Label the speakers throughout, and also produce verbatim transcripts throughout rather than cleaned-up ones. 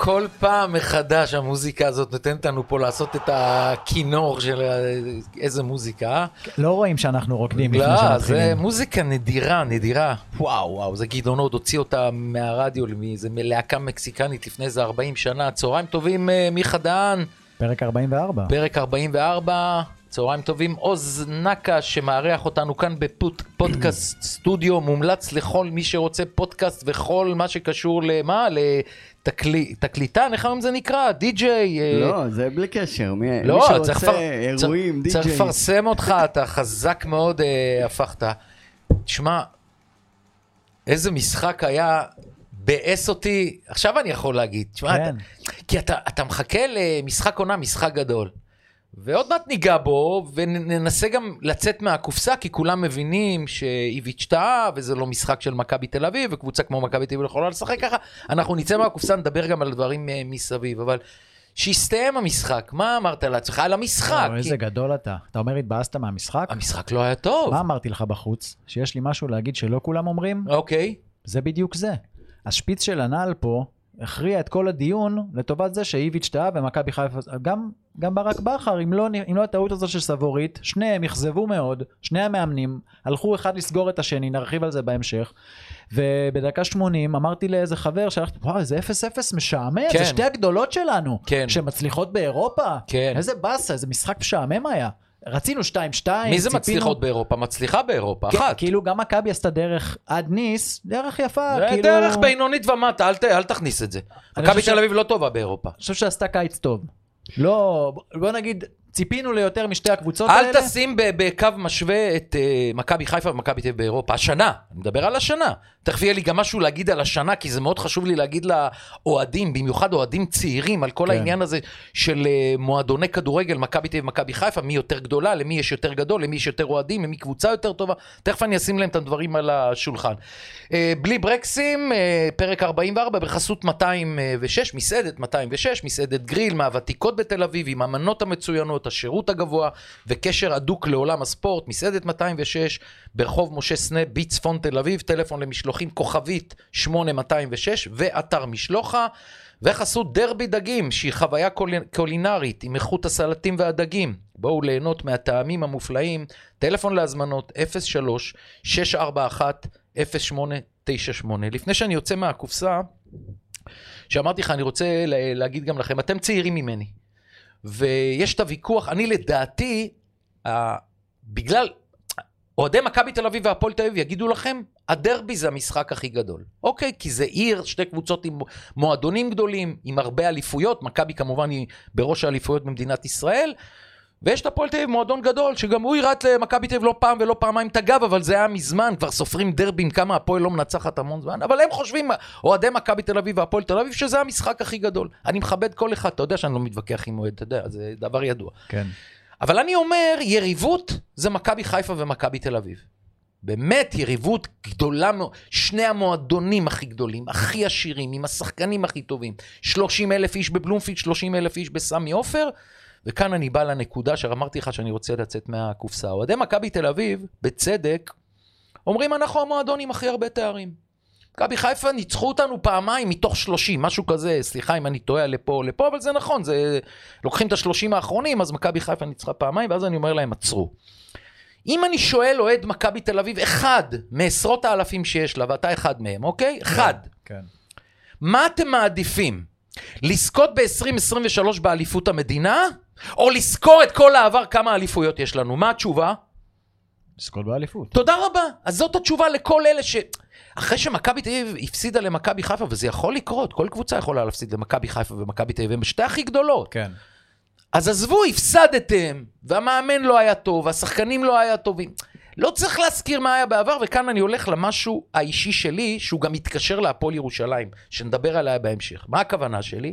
Speaker 1: כל פעם מחדש המוזיקה הזאת נותנת לנו פה לעשות את הכינור של איזה מוזיקה.
Speaker 2: לא רואים שאנחנו רוקדים לפני
Speaker 1: לא,
Speaker 2: שמתחילים.
Speaker 1: זה מוזיקה נדירה, נדירה. וואו, וואו, זה גדעון עוד הוציא אותה מהרדיו, זה מלהקה מקסיקנית לפני איזה ארבעים שנה. צהריים טובים, מיכה דהן.
Speaker 2: פרק ארבעים וארבע.
Speaker 1: פרק ארבעים וארבע. צהריים טובים, עוז נקה שמארח אותנו כאן בפודקאסט סטודיו, מומלץ לכל מי שרוצה פודקאסט וכל מה שקשור למה? לתקליטן, איך היום זה נקרא? די-ג'יי?
Speaker 3: לא, זה בלי קשר, מי
Speaker 1: לא,
Speaker 3: שרוצה אירועים, די-ג'יי.
Speaker 1: צריך לפרסם אותך, אתה חזק מאוד הפכת. תשמע, איזה משחק היה, בעס אותי, עכשיו אני יכול להגיד, תשמע,
Speaker 2: כן.
Speaker 1: כי אתה, אתה מחכה למשחק עונה, משחק גדול. ועוד מעט ניגע בו, וננסה גם לצאת מהקופסה, כי כולם מבינים שאיביץ' טעה, וזה לא משחק של מכבי תל אביב, וקבוצה כמו מכבי תל אביב יכולה לשחק ככה. אנחנו נצא מהקופסה, נדבר גם על דברים מסביב, אבל שיסתיים המשחק, מה אמרת לעצמך? על המשחק.
Speaker 2: או, איזה גדול אתה. אתה אומר, התבאסת מהמשחק?
Speaker 1: המשחק לא היה טוב.
Speaker 2: מה אמרתי לך בחוץ? שיש לי משהו להגיד שלא כולם אומרים?
Speaker 1: אוקיי.
Speaker 2: זה בדיוק זה. השפיץ של הנעל פה, הכריע את כל הדיון לטובת זה שאיביץ' טעה ומכבי חיפה, גם, גם ברק בכר, אם לא, אם לא הטעות הזו של סבורית, שניהם יחזבו מאוד, שני המאמנים, הלכו אחד לסגור את השני, נרחיב על זה בהמשך, ובדקה שמונים אמרתי לאיזה חבר, שהלכתי, וואו, זה אפס אפס משעמם,
Speaker 1: כן.
Speaker 2: זה שתי הגדולות שלנו,
Speaker 1: כן.
Speaker 2: שמצליחות באירופה,
Speaker 1: כן.
Speaker 2: איזה בסה, איזה משחק משעמם היה. רצינו שתיים שתיים.
Speaker 1: מי זה
Speaker 2: ציפינו...
Speaker 1: מצליחות באירופה? מצליחה באירופה,
Speaker 2: כן,
Speaker 1: אחת.
Speaker 2: כאילו גם מכבי עשתה דרך עד ניס, דרך יפה. כאילו...
Speaker 1: דרך בינונית ומטה, אל, ת, אל תכניס את זה. מכבי תל אביב ש... לא טובה באירופה.
Speaker 2: אני חושב שעשתה קיץ טוב. לא, בוא נגיד, ציפינו ליותר משתי הקבוצות
Speaker 1: אל
Speaker 2: האלה.
Speaker 1: אל תשים בקו משווה את uh, מכבי חיפה ומכבי תל אביב באירופה. השנה, אני מדבר על השנה. תכף יהיה לי גם משהו להגיד על השנה, כי זה מאוד חשוב לי להגיד לאוהדים, במיוחד אוהדים צעירים, על כל כן. העניין הזה של uh, מועדוני כדורגל, מכבי תל אביב ומכבי חיפה, מי יותר גדולה, למי יש יותר גדול, למי יש יותר אוהדים, למי קבוצה יותר טובה. תכף אני אשים להם את הדברים על השולחן. Uh, בלי ברקסים, uh, פרק ארבעים וארבע, בחסות מאתיים ושש, מסעדת מאתיים ושש, מסעדת גריל, מהוותיקות בתל אביב, עם המנות המצוינות, השירות הגבוה וקשר הדוק לעולם הספורט, מסעדת מאתיים ושש, ברחוב משה סנה, בצפון תל אביב, טלפון למשלוחים כוכבית שמונה מאתיים ושש, ואתר משלוחה, וחסות דרבי דגים, שהיא חוויה קולינרית עם איכות הסלטים והדגים. בואו ליהנות מהטעמים המופלאים, טלפון להזמנות אפס שלוש שש ארבע אחת אפס שמונה תשע שמונה. לפני שאני יוצא מהקופסה, שאמרתי לך, אני רוצה להגיד גם לכם, אתם צעירים ממני. ויש את הוויכוח, אני לדעתי, אה, בגלל, אוהדי מכבי תל אביב והפועל תל אביב יגידו לכם, הדרבי זה המשחק הכי גדול. אוקיי, כי זה עיר, שתי קבוצות עם מועדונים גדולים, עם הרבה אליפויות, מכבי כמובן היא בראש האליפויות במדינת ישראל, ויש את הפועל תל אביב מועדון גדול, שגם הוא יראת למכבי תל אביב לא פעם ולא פעמיים את הגב, אבל זה היה מזמן, כבר סופרים דרבים כמה הפועל לא מנצחת המון זמן, אבל הם חושבים, אוהדי מכבי תל אביב והפועל תל אביב, שזה המשחק הכי גדול. אני מכבד כל אחד, אתה יודע שאני לא מתווכח עם אוהד, אתה יודע, זה דבר ידוע.
Speaker 2: כן.
Speaker 1: אבל אני אומר, יריבות זה מכבי חיפה ומכבי תל אביב. באמת יריבות גדולה מאוד, שני המועדונים הכי גדולים, הכי עשירים, עם השחקנים הכי טובים, שלושים אלף איש בבלומפילד, שלושים אלף איש בסמי עופר, וכאן אני בא לנקודה שאמרתי לך שאני רוצה לצאת מהקופסה. אוהדי מכבי תל אביב, בצדק, אומרים אנחנו המועדון עם הכי הרבה תארים. מכבי חיפה ניצחו אותנו פעמיים מתוך שלושים, משהו כזה, סליחה אם אני טועה לפה או לפה, אבל זה נכון, זה... לוקחים את השלושים האחרונים, אז מכבי חיפה ניצחה פעמיים, ואז אני אומר להם, עצרו. אם אני שואל אוהד מכבי תל אביב, אחד מעשרות האלפים שיש לה, ואתה אחד מהם, אוקיי? אחד.
Speaker 2: כן.
Speaker 1: מה אתם מעדיפים? לזכות ב-עשרים עשרים ושלוש באליפות המדינה, או לזכור את כל העבר כמה אליפויות יש לנו? מה התשובה?
Speaker 2: לזכות באליפות.
Speaker 1: תודה רבה. אז זאת התשובה לכל אלה ש... אחרי שמכבי תל אביב הפסידה למכבי חיפה, וזה יכול לקרות, כל קבוצה יכולה להפסיד למכבי חיפה ומכבי תל אביב, הם בשתי הכי גדולות.
Speaker 2: כן.
Speaker 1: אז עזבו, הפסדתם, והמאמן לא היה טוב, והשחקנים לא היה טובים. לא צריך להזכיר מה היה בעבר, וכאן אני הולך למשהו האישי שלי, שהוא גם מתקשר להפועל ירושלים, שנדבר עליה בהמשך. מה הכוונה שלי?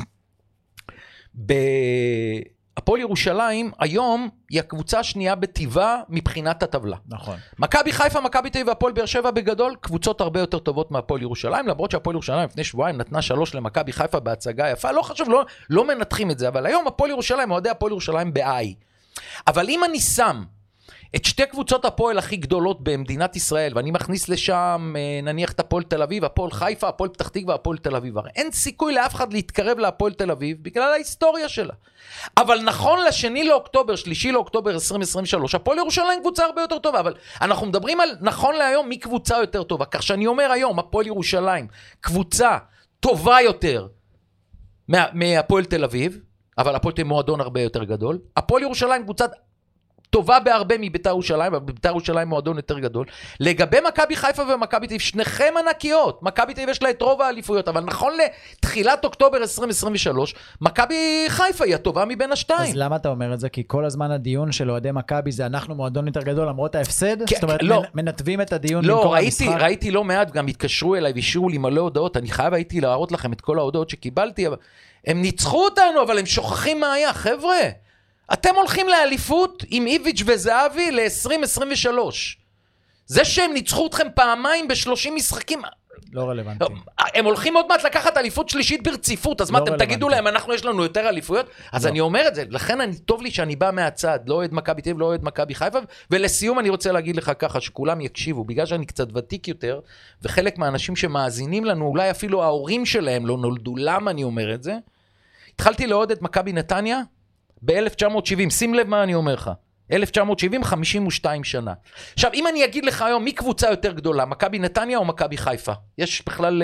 Speaker 1: בהפועל ירושלים, היום היא הקבוצה השנייה בטבעה מבחינת הטבלה.
Speaker 2: נכון.
Speaker 1: מכבי חיפה, מכבי תל אביב והפועל באר שבע בגדול, קבוצות הרבה יותר טובות מהפועל ירושלים, למרות שהפועל ירושלים לפני שבועיים נתנה שלוש למכבי חיפה בהצגה יפה, לא חשוב, לא, לא מנתחים את זה, אבל היום הפועל ירושלים, אוהדי הפועל ירושלים ב-I. אבל אם אני שם את שתי קבוצות הפועל הכי גדולות במדינת ישראל, ואני מכניס לשם, נניח את הפועל תל אביב, הפועל חיפה, הפועל פתח תקווה, הפועל תל אביב. אין סיכוי לאף אחד להתקרב להפועל תל אביב, בגלל ההיסטוריה שלה. אבל נכון לשני לאוקטובר, שלישי לאוקטובר עשרים עשרים ושלוש, הפועל ירושלים קבוצה הרבה יותר טובה, אבל אנחנו מדברים על נכון להיום מי קבוצה יותר טובה, כך שאני אומר היום, הפועל ירושלים, קבוצה טובה יותר מה, מהפועל תל אביב, אבל הפועל תל מועדון הרבה יותר גדול, הפועל ירושלים קבוצת טובה בהרבה מביתר ירושלים, אבל ביתר ירושלים מועדון יותר גדול. לגבי מכבי חיפה ומכבי תל אביב, שניכם ענקיות. מכבי תל אביב יש לה את רוב האליפויות, אבל נכון לתחילת אוקטובר עשרים עשרים ושלוש, מכבי חיפה היא הטובה מבין השתיים.
Speaker 2: אז למה אתה אומר את זה? כי כל הזמן הדיון של אוהדי מכבי זה אנחנו מועדון יותר גדול למרות ההפסד?
Speaker 1: כי,
Speaker 2: זאת אומרת,
Speaker 1: לא.
Speaker 2: מנתבים את הדיון
Speaker 1: לא,
Speaker 2: במקום
Speaker 1: ראיתי,
Speaker 2: המשחק?
Speaker 1: ראיתי לא מעט, גם התקשרו אליי והשאירו לי מלא הודעות, אני חייב הייתי להראות לכם את כל ההודעות שקיבלתי, אבל הם ניצחו אותנו, אבל הם שוכחים מה היה, חבר'ה. אתם הולכים לאליפות עם איביץ' וזהבי ל-עשרים עשרים ושלוש. זה שהם ניצחו אתכם פעמיים ב-שלושים משחקים.
Speaker 2: לא רלוונטי.
Speaker 1: הם הולכים עוד מעט לקחת אליפות שלישית ברציפות, אז מה אתם תגידו להם, אנחנו יש לנו יותר אליפויות? אז אני אומר את זה, לכן אני טוב לי שאני בא מהצד, לא אוהד מכבי תל אביב, לא אוהד מכבי חיפה, ולסיום אני רוצה להגיד לך ככה, שכולם יקשיבו, בגלל שאני קצת ותיק יותר, וחלק מהאנשים שמאזינים לנו, אולי אפילו ההורים שלהם לא נולדו, למה אני אומר את זה? התחלתי לעוד את מכבי נתניה ב-אלף תשע מאות שבעים, שים לב מה אני אומר לך, אלף תשע מאות שבעים, חמישים ושתיים שנה. עכשיו, אם אני אגיד לך היום, מי קבוצה יותר גדולה, מכבי נתניה או מכבי חיפה? יש בכלל...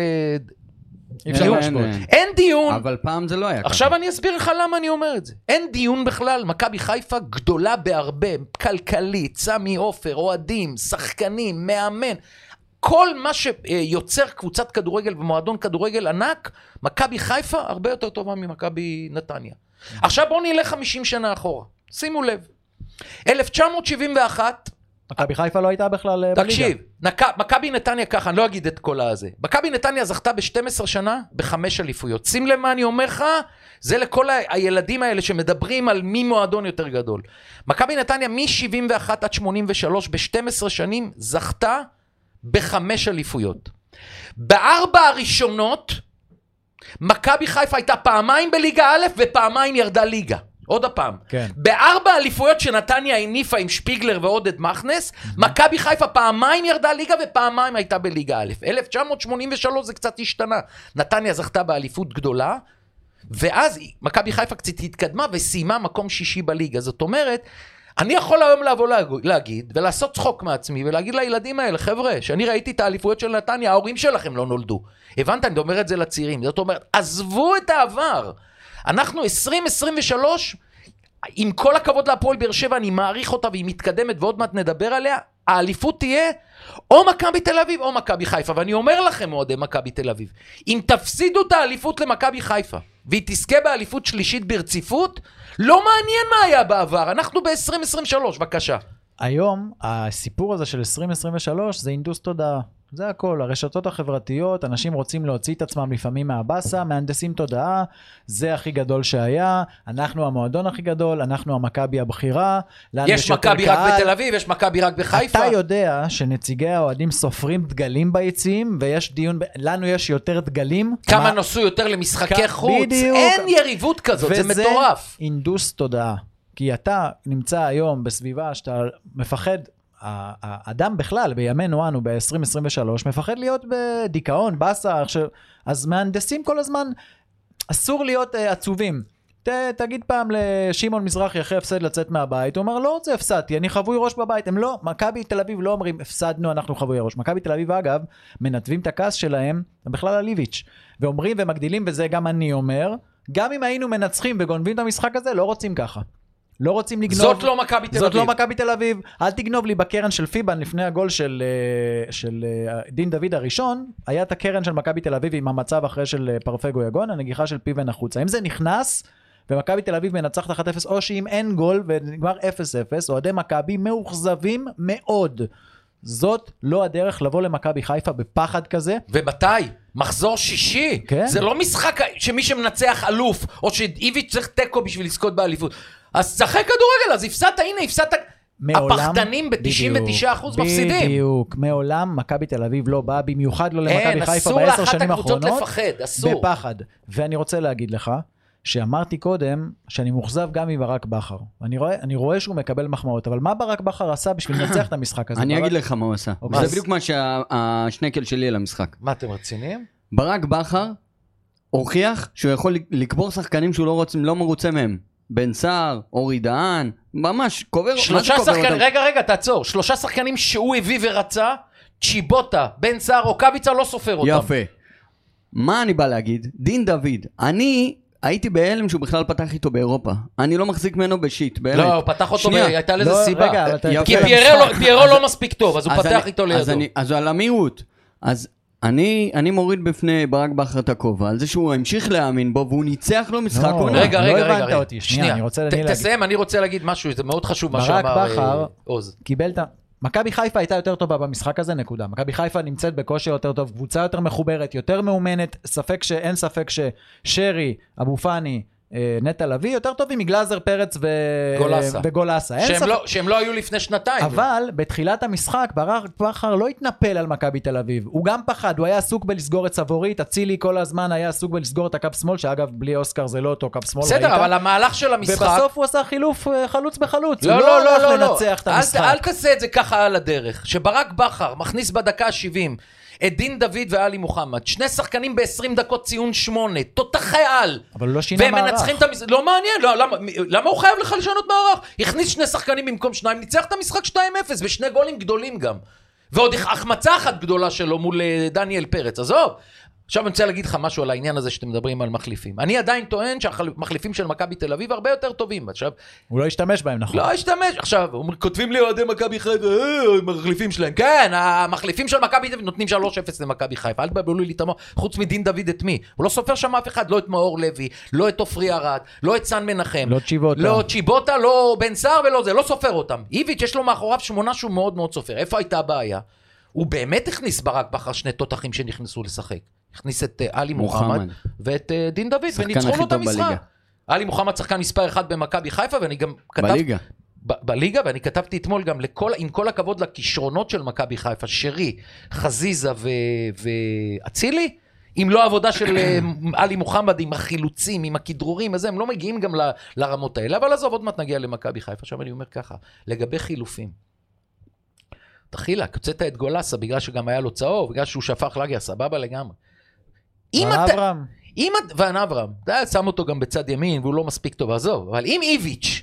Speaker 1: אין דיון.
Speaker 3: אבל פעם זה לא היה ככה.
Speaker 1: עכשיו אני אסביר לך למה אני אומר את זה. אין דיון בכלל, מכבי חיפה גדולה בהרבה, כלכלית, סמי עופר, אוהדים, שחקנים, מאמן, כל מה שיוצר קבוצת כדורגל ומועדון כדורגל ענק, מכבי חיפה הרבה יותר טובה ממכבי נתניה. עכשיו בואו נלך חמישים שנה אחורה, שימו לב. אלף תשע מאות שבעים ואחת,
Speaker 2: מכבי חיפה לא הייתה בכלל בליגה.
Speaker 1: תקשיב, מכבי נתניה ככה, אני לא אגיד את כל הזה. מכבי נתניה זכתה ב-שתים עשרה שנה בחמש אליפויות. שים לב מה אני אומר לך, זה לכל הילדים האלה שמדברים על מי מועדון יותר גדול. מכבי נתניה מ-שבעים ואחת עד שמונים ושלוש ב-שתים עשרה שנים זכתה בחמש אליפויות. בארבע הראשונות, מכבי חיפה הייתה פעמיים בליגה א' ופעמיים ירדה ליגה. עוד הפעם.
Speaker 2: כן.
Speaker 1: בארבע אליפויות שנתניה הניפה עם שפיגלר ועודד מכנס, mm-hmm. מכבי חיפה פעמיים ירדה ליגה ופעמיים הייתה בליגה א'. אלף תשע מאות שמונים ושלוש זה קצת השתנה. נתניה זכתה באליפות גדולה, ואז מכבי חיפה קצת התקדמה וסיימה מקום שישי בליגה. זאת אומרת, אני יכול היום לבוא להגיד ולעשות צחוק מעצמי ולהגיד לילדים האלה, חבר'ה, שאני ראיתי את האליפויות של נתניה, ההורים שלכם לא נולדו. הבנת? אני אומר את זה לצעירים. זאת אומרת, עזבו את העבר. אנחנו עשרים עשרים ושלוש, עם כל הכבוד להפועל באר שבע, אני מעריך אותה והיא מתקדמת ועוד מעט נדבר עליה, האליפות תהיה או מכבי תל אביב או מכבי חיפה, ואני אומר לכם עוד מכבי תל אביב, אם תפסידו את האליפות למכבי חיפה, והיא תזכה באליפות שלישית ברציפות, לא מעניין מה היה בעבר, אנחנו ב-עשרים עשרים ושלוש, בבקשה.
Speaker 2: היום, הסיפור הזה של עשרים עשרים ושלוש זה אינדוס תודעה. זה הכל, הרשתות החברתיות, אנשים רוצים להוציא את עצמם לפעמים מהבאסה, מהנדסים תודעה, זה הכי גדול שהיה, אנחנו המועדון הכי גדול, אנחנו המכבי הבחירה,
Speaker 1: יש מכבי רק בתל אביב, יש מכבי רק בחיפה.
Speaker 2: אתה יודע שנציגי האוהדים סופרים דגלים ביציעים, ויש דיון, לנו יש יותר דגלים.
Speaker 1: כמה מה... נוסו יותר למשחקי חוץ, בדיוק. אין יריבות כזאת, זה מטורף.
Speaker 2: וזה אינדוס תודעה, כי אתה נמצא היום בסביבה שאתה מפחד, האדם בכלל, בימינו אנו, ב-עשרים עשרים ושלוש, מפחד להיות בדיכאון, בסה, אז מהנדסים כל הזמן, אסור להיות uh, עצובים. ת, תגיד פעם לשימון מזרחי אחרי הפסד לצאת מהבית, הוא אומר, לא רוצה הפסדתי, אני חבוי ראש בבית. הם לא, מכבי תל אביב לא אומרים, הפסדנו, אנחנו חבוי ראש. מכבי תל אביב, אגב, מנתבים את הכעס שלהם, בכלל על איביץ', ואומרים ומגדילים, וזה גם אני אומר, גם אם היינו מנצחים וגונבים את המשחק הזה, לא רוצים ככה. לא רוצים לגנוב.
Speaker 1: זאת לא מכבי תל אביב.
Speaker 2: זאת לא מכבי תל אביב. אל תגנוב לי בקרן של פיבן לפני הגול של, של דין דוד הראשון, היה את הקרן של מכבי תל אביב עם המצב אחרי של פרפגו יגון, הנגיחה של פיבן החוצה. אם זה נכנס, ומכבי תל אביב מנצחת אחת אפס, או שאם אין גול ונגמר אפס אפס, אוהדי מכבי מאוכזבים מאוד. זאת לא הדרך לבוא למכבי חיפה בפחד כזה.
Speaker 1: ומתי? מחזור שישי. כן? זה לא משחק שמי שמנצח אלוף, או שאיביץ' צריך טקו בשביל לזכות באליפות. אז שחק כדורגל, אז הפסדת, הנה, הפסדת. הפחדנים ב-תשעים ותשעה אחוז מפסידים.
Speaker 2: בדיוק, מעולם מכבי תל אביב לא באה, במיוחד לא למכבי חיפה בעשר שנים האחרונות.
Speaker 1: אסור לאחת הקבוצות לפחד, אסור.
Speaker 2: בפחד. ואני רוצה להגיד לך, שאמרתי קודם, שאני מוחזב גם מברק בכר. אני רואה, אני רואה שהוא מקבל מחמאות, אבל מה ברק בכר עשה בשביל לנצח את המשחק הזה?
Speaker 3: אני
Speaker 2: ברק...
Speaker 3: אגיד לך מה הוא עשה. זה בדיוק מה שהשנקל שלי על המשחק.
Speaker 1: מה, אתם רציניים?
Speaker 3: ברק בכר הוכיח שהוא יכול לקבור שחקנים שהוא לא, רוצ... לא מרוצה מהם. בן סער, אורי דהן, ממש, קובר...
Speaker 1: שלושה שחקנים, רגע, רגע, תעצור. שלושה שחקנים שהוא הביא ורצה, צ'יבוטה, בן סער או קביצה לא סופר אותם.
Speaker 3: יפה. מה אני בא להגיד? דין דוד, אני הייתי בהלם שהוא בכלל פתח איתו באירופה. אני לא מחזיק ממנו בשיט, באמת.
Speaker 1: לא, הוא פתח אותו, הייתה לזה
Speaker 2: לא,
Speaker 1: סיבה.
Speaker 2: רגע, אתה...
Speaker 1: כי פיירו לא מספיק טוב, אז הוא פתח איתו לידו.
Speaker 3: אז, אני, אז על המהירות. אז אני, אני מוריד בפני ברק בכר את הכובע, על זה שהוא המשיך להאמין בו, והוא ניצח לו משחק עונה.
Speaker 1: רגע, רגע, רגע.
Speaker 2: לא הבנת אותי, שנייה, אני רוצה להגיד.
Speaker 1: תסיים, אני רוצה להגיד משהו, זה מאוד חשוב מה
Speaker 2: שאמר
Speaker 1: עוז.
Speaker 2: ברק בכר קיבל את... מכבי חיפה הייתה יותר טובה במשחק הזה, נקודה. מכבי חיפה נמצאת בכושר יותר טוב, קבוצה יותר מחוברת, יותר מאומנת, ספק שאין ספק ששרי, אבו פאני, נטע לביא, יותר טובים מגלאזר, פרץ וגולסה.
Speaker 1: שהם לא היו לפני שנתיים.
Speaker 2: אבל בתחילת המשחק, ברק בכר לא התנפל על מכבי תל אביב. הוא גם פחד, הוא היה עסוק בלסגור את סבורית, אצילי כל הזמן היה עסוק בלסגור את הקו שמאל, שאגב, בלי אוסקר זה לא אותו קו שמאל.
Speaker 1: בסדר, אבל המהלך של המשחק...
Speaker 2: ובסוף הוא עשה חילוף חלוץ בחלוץ.
Speaker 1: לא, לא, לא, לא, לא. אל תעשה את זה ככה על הדרך. שברק בכר מכניס בדקה ה-שבעים את דין דוד ואלי מוחמד, שני שחקנים ב-עשרים דקות ציון שמונה, תותחי על.
Speaker 2: אבל הוא לא שינה מערך.
Speaker 1: והם מנצחים את המשחק, לא מעניין, לא, למה, למה הוא חייב לך לשנות מערך? הכניס שני שחקנים במקום שניים, ניצח את המשחק שתיים אפס, ושני גולים גדולים גם. ועוד החמצה אחת גדולה שלו מול דניאל פרץ, עזוב. עכשיו אני רוצה להגיד לך משהו על העניין הזה שאתם מדברים על מחליפים. אני עדיין טוען שהמחליפים של מכבי תל אביב הרבה יותר טובים. עכשיו,
Speaker 2: הוא לא ישתמש בהם, נכון?
Speaker 1: לא ישתמש. עכשיו, כותבים לי אוהדי מכבי חיפה, המחליפים שלהם. כן, המחליפים של מכבי תל אביב נותנים שלוש אפס למכבי חיפה. אל תבלבלו לי את המוח. חוץ מדין דוד את מי? הוא לא סופר שם אף אחד, לא את מאור לוי, לא את עופרי ארד, לא את סן מנחם.
Speaker 2: לא צ'יבוטה.
Speaker 1: לא צ'יבוטה, לא בן סער ולא זה, לא סופר אותם. איביץ' יש לו מאחוריו שמונה שהוא מאוד מאוד סופר. איפה הייתה הבעיה? הוא באמת הכניס ברק בכר שני תותחים שנכנסו לשחק. הכניס את אלי מוחמד ואת דין דוד, וניצחו לו את המשחק. אלי מוחמד שחקן מספר אחד במכבי חיפה, ואני גם כתבתי...
Speaker 3: בליגה.
Speaker 1: בליגה, ואני כתבתי אתמול גם לכל, עם כל הכבוד לכישרונות של מכבי חיפה, שרי, חזיזה ואצילי, אם לא עבודה של אלי מוחמד עם החילוצים, עם הכדרורים, אז הם לא מגיעים גם ל, לרמות האלה, אבל עזוב, עוד מעט נגיע למכבי חיפה. עכשיו אני אומר ככה, לגבי חילופים. תחילה, קוצאת את גולסה, בגלל שגם היה לו צהוב, בגלל שהוא שפך לגיה, סבבה לגמרי.
Speaker 2: ואן אברהם.
Speaker 1: ואן אברהם, אתה שם אותו גם בצד ימין, והוא לא מספיק טוב, עזוב. אבל אם איביץ',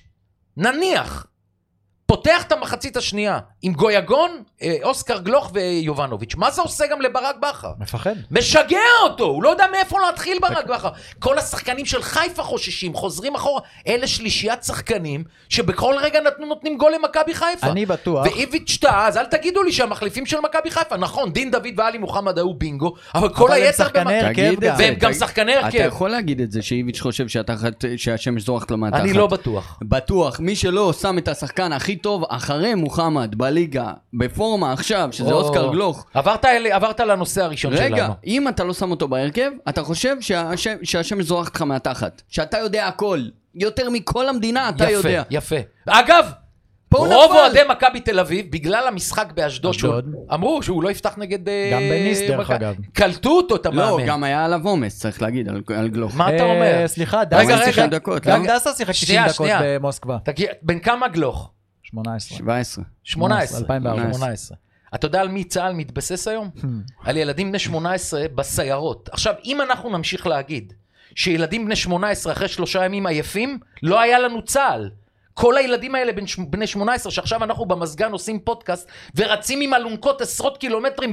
Speaker 1: נניח, פותח את המחצית השנייה, עם גויגון, אוסקר גלוך ויובנוביץ', מה זה עושה גם לברק בכר?
Speaker 2: מפחד.
Speaker 1: משגע אותו, הוא לא יודע מאיפה להתחיל ברק בכר. כל השחקנים של חיפה חוששים, חוזרים אחורה, אלה שלישיית שחקנים, שבכל רגע נתנו נותנים גול למכבי חיפה.
Speaker 2: אני בטוח.
Speaker 1: ואיביץ' טעה, אז אל תגידו לי שהמחליפים של מכבי חיפה, נכון, דין דוד ואלי מוחמד היו בינגו, אבל כל היתר והם גם שחקני הרכב.
Speaker 3: אתה יכול להגיד את זה שאיביץ' חושב שהשמש זורחת לו מהתחת.
Speaker 1: אני לא בטוח.
Speaker 3: בטוח, מי שלא שם את השחקן הכי טוב אחרי מוחמד בליגה, בפורמה עכשיו, שזה או... אוסקר גלוך.
Speaker 1: עברת, אל... עברת לנושא הראשון
Speaker 3: רגע,
Speaker 1: שלנו.
Speaker 3: רגע, אם אתה לא שם אותו בהרכב, אתה חושב שהשם, שהשם זורחת לך מהתחת. שאתה יודע הכל. יותר מכל המדינה אתה
Speaker 1: יפה,
Speaker 3: יודע.
Speaker 1: יפה, יפה. אגב, רוב אוהדי מכבי תל אביב, בגלל המשחק באשדוד, אמרו שהוא לא יפתח נגד...
Speaker 2: גם בניס דרך אגב.
Speaker 1: קלטו אותו את המאמן.
Speaker 3: לא, גם היה עליו עומס, צריך להגיד, על, על גלוך.
Speaker 1: מה אתה אומר?
Speaker 2: סליחה, דסה שיחק דקות. גם דסה שיחק תשעים דקות במוסקבה.
Speaker 1: בין כמה גלוך?
Speaker 2: שמונה עשרה.
Speaker 3: שבע עשרה.
Speaker 1: שמונה עשרה.
Speaker 2: אלפיים וארבע.
Speaker 1: אתה יודע על מי צהל מתבסס היום? על ילדים בני שמונה עשרה בסיירות. עכשיו, אם אנחנו נמשיך להגיד שילדים בני שמונה עשרה אחרי שלושה ימים עייפים, לא היה לנו צהל. כל הילדים האלה בני שמונה עשרה, שעכשיו אנחנו במסגן עושים פודקאסט, ורצים עם אלונקות עשרות קילומטרים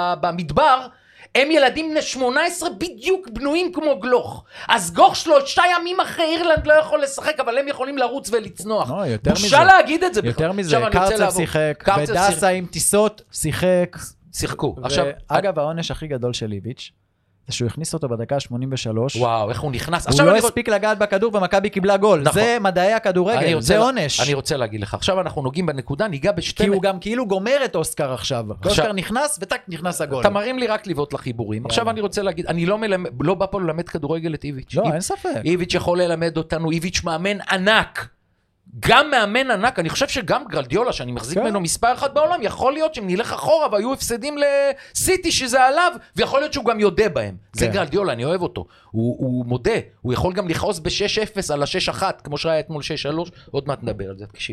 Speaker 1: במדבר, הם ילדים בני שמונה עשרה בדיוק בנויים כמו גלוך. אז גלוך שלושה ימים אחרי אירלנד לא יכול לשחק, אבל הם יכולים לרוץ ולצנוח.
Speaker 2: לא, יותר מזה.
Speaker 1: בושה להגיד את זה.
Speaker 2: יותר מזה, קרצב שיחק, ודסה עם טיסות שיחק.
Speaker 1: שיחקו.
Speaker 2: אגב, העונש הכי גדול של איביץ' זה שהוא הכניס אותו בדקה שמונים ושלוש.
Speaker 1: וואו, איך הוא נכנס.
Speaker 2: הוא לא הספיק לגעת בכדור ומכבי קיבלה גול. זה מדעי הכדורגל, זה עונש.
Speaker 1: אני רוצה להגיד לך, עכשיו אנחנו נוגעים בנקודה, ניגע בשתי...
Speaker 2: כי הוא גם כאילו גומר את אוסקר עכשיו. אוסקר נכנס וטק נכנס הגול.
Speaker 1: אתה מרים לי רק לבעוט לחיבורים. עכשיו אני רוצה להגיד, אני לא בא פה ללמד כדורגל את איביץ'.
Speaker 2: לא, אין ספק.
Speaker 1: איביץ' יכול ללמד אותנו, איביץ' מאמן ענק. גם מאמן ענק, אני חושב שגם גרדיולה, שאני מחזיק
Speaker 2: כן.
Speaker 1: ממנו מספר אחד בעולם, יכול להיות שאם נלך אחורה, והיו הפסדים לסיטי שזה עליו, ויכול להיות שהוא גם יודע בהם. זה
Speaker 2: כן.
Speaker 1: גרדיולה, אני אוהב אותו. הוא, הוא מודה, הוא יכול גם לכעוס ב-שש אפס על ה-שש אחת, כמו שהיה אתמול שש שלוש, עוד מעט נדבר על זה, תקשיב.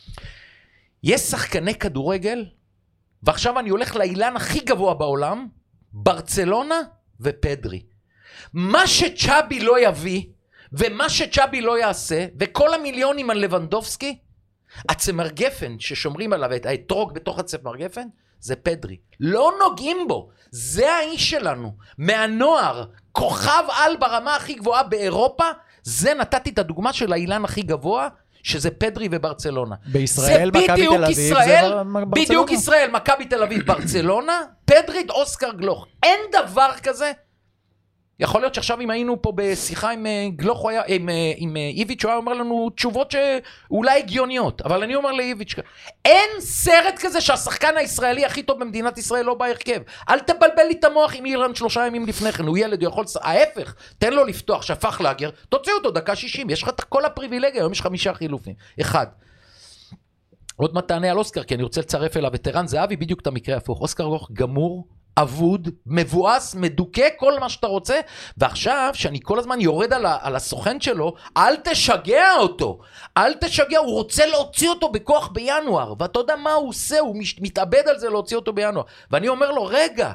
Speaker 1: יש שחקני כדורגל, ועכשיו אני הולך לאילן הכי גבוה בעולם, ברצלונה ופדרי. מה שצ'אבי לא יביא, ומה שצ'אבי לא יעשה, וכל המיליונים על לבנדובסקי, הצמר גפן ששומרים עליו, את האתרוג בתוך הצמר גפן, זה פדרי. לא נוגעים בו, זה האיש שלנו. מהנוער, כוכב על ברמה הכי גבוהה באירופה, זה נתתי את הדוגמה של האילן הכי גבוה, שזה פדרי וברצלונה.
Speaker 2: בישראל, מכבי תל אביב,
Speaker 1: ישראל,
Speaker 2: זה ברצלונה.
Speaker 1: בדיוק ישראל, מכבי תל אביב, ברצלונה, פדרי, אוסקר גלוך. אין דבר כזה. יכול להיות שעכשיו אם היינו פה בשיחה עם גלוך, הוא היה, עם, עם איביץ', הוא היה אומר לנו תשובות שאולי הגיוניות, אבל אני אומר לאיביץ', אין סרט כזה שהשחקן הישראלי הכי טוב במדינת ישראל לא בהרכב. אל תבלבל לי את המוח עם אירלנד שלושה ימים לפני כן, הוא ילד, הוא יכול, ההפך, תן לו לפתוח, שפך לאגר, תוציא אותו דקה שישים, יש לך את כל הפריבילגיה, היום יש חמישה חילופים. אחד. עוד מעט תענה על אוסקר, כי אני רוצה לצרף אליו את ערן זהבי, בדיוק את המקרה הפוך. אוסקר גלוך גמור, אבוד, מבואס, מדוכא, כל מה שאתה רוצה, ועכשיו שאני כל הזמן יורד על, ה, על הסוכן שלו, אל תשגע אותו, אל תשגע, הוא רוצה להוציא אותו בכוח בינואר, ואתה יודע מה הוא עושה, הוא מתאבד על זה להוציא אותו בינואר, ואני אומר לו, רגע,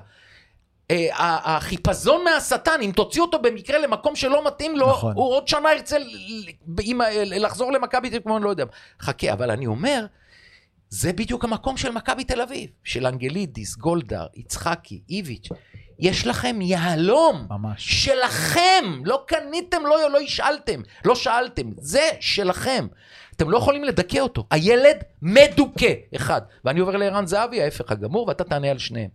Speaker 1: החיפזון מהשטן, אם תוציא אותו במקרה למקום שלא מתאים לו, נכון. הוא עוד שנה ירצה לחזור למכבי, כמו אני לא יודע, חכה, אבל אני אומר, זה בדיוק המקום של מכבי תל אביב, של אנגלידיס, גולדהר, יצחקי, איביץ'. יש לכם יהלום, ממש. שלכם, לא קניתם, לא, לא השאלתם, לא שאלתם, זה שלכם. אתם לא יכולים לדכא אותו, הילד מדוכא, אחד. ואני עובר לערן זהבי, ההפך הגמור, ואתה תענה על שניהם.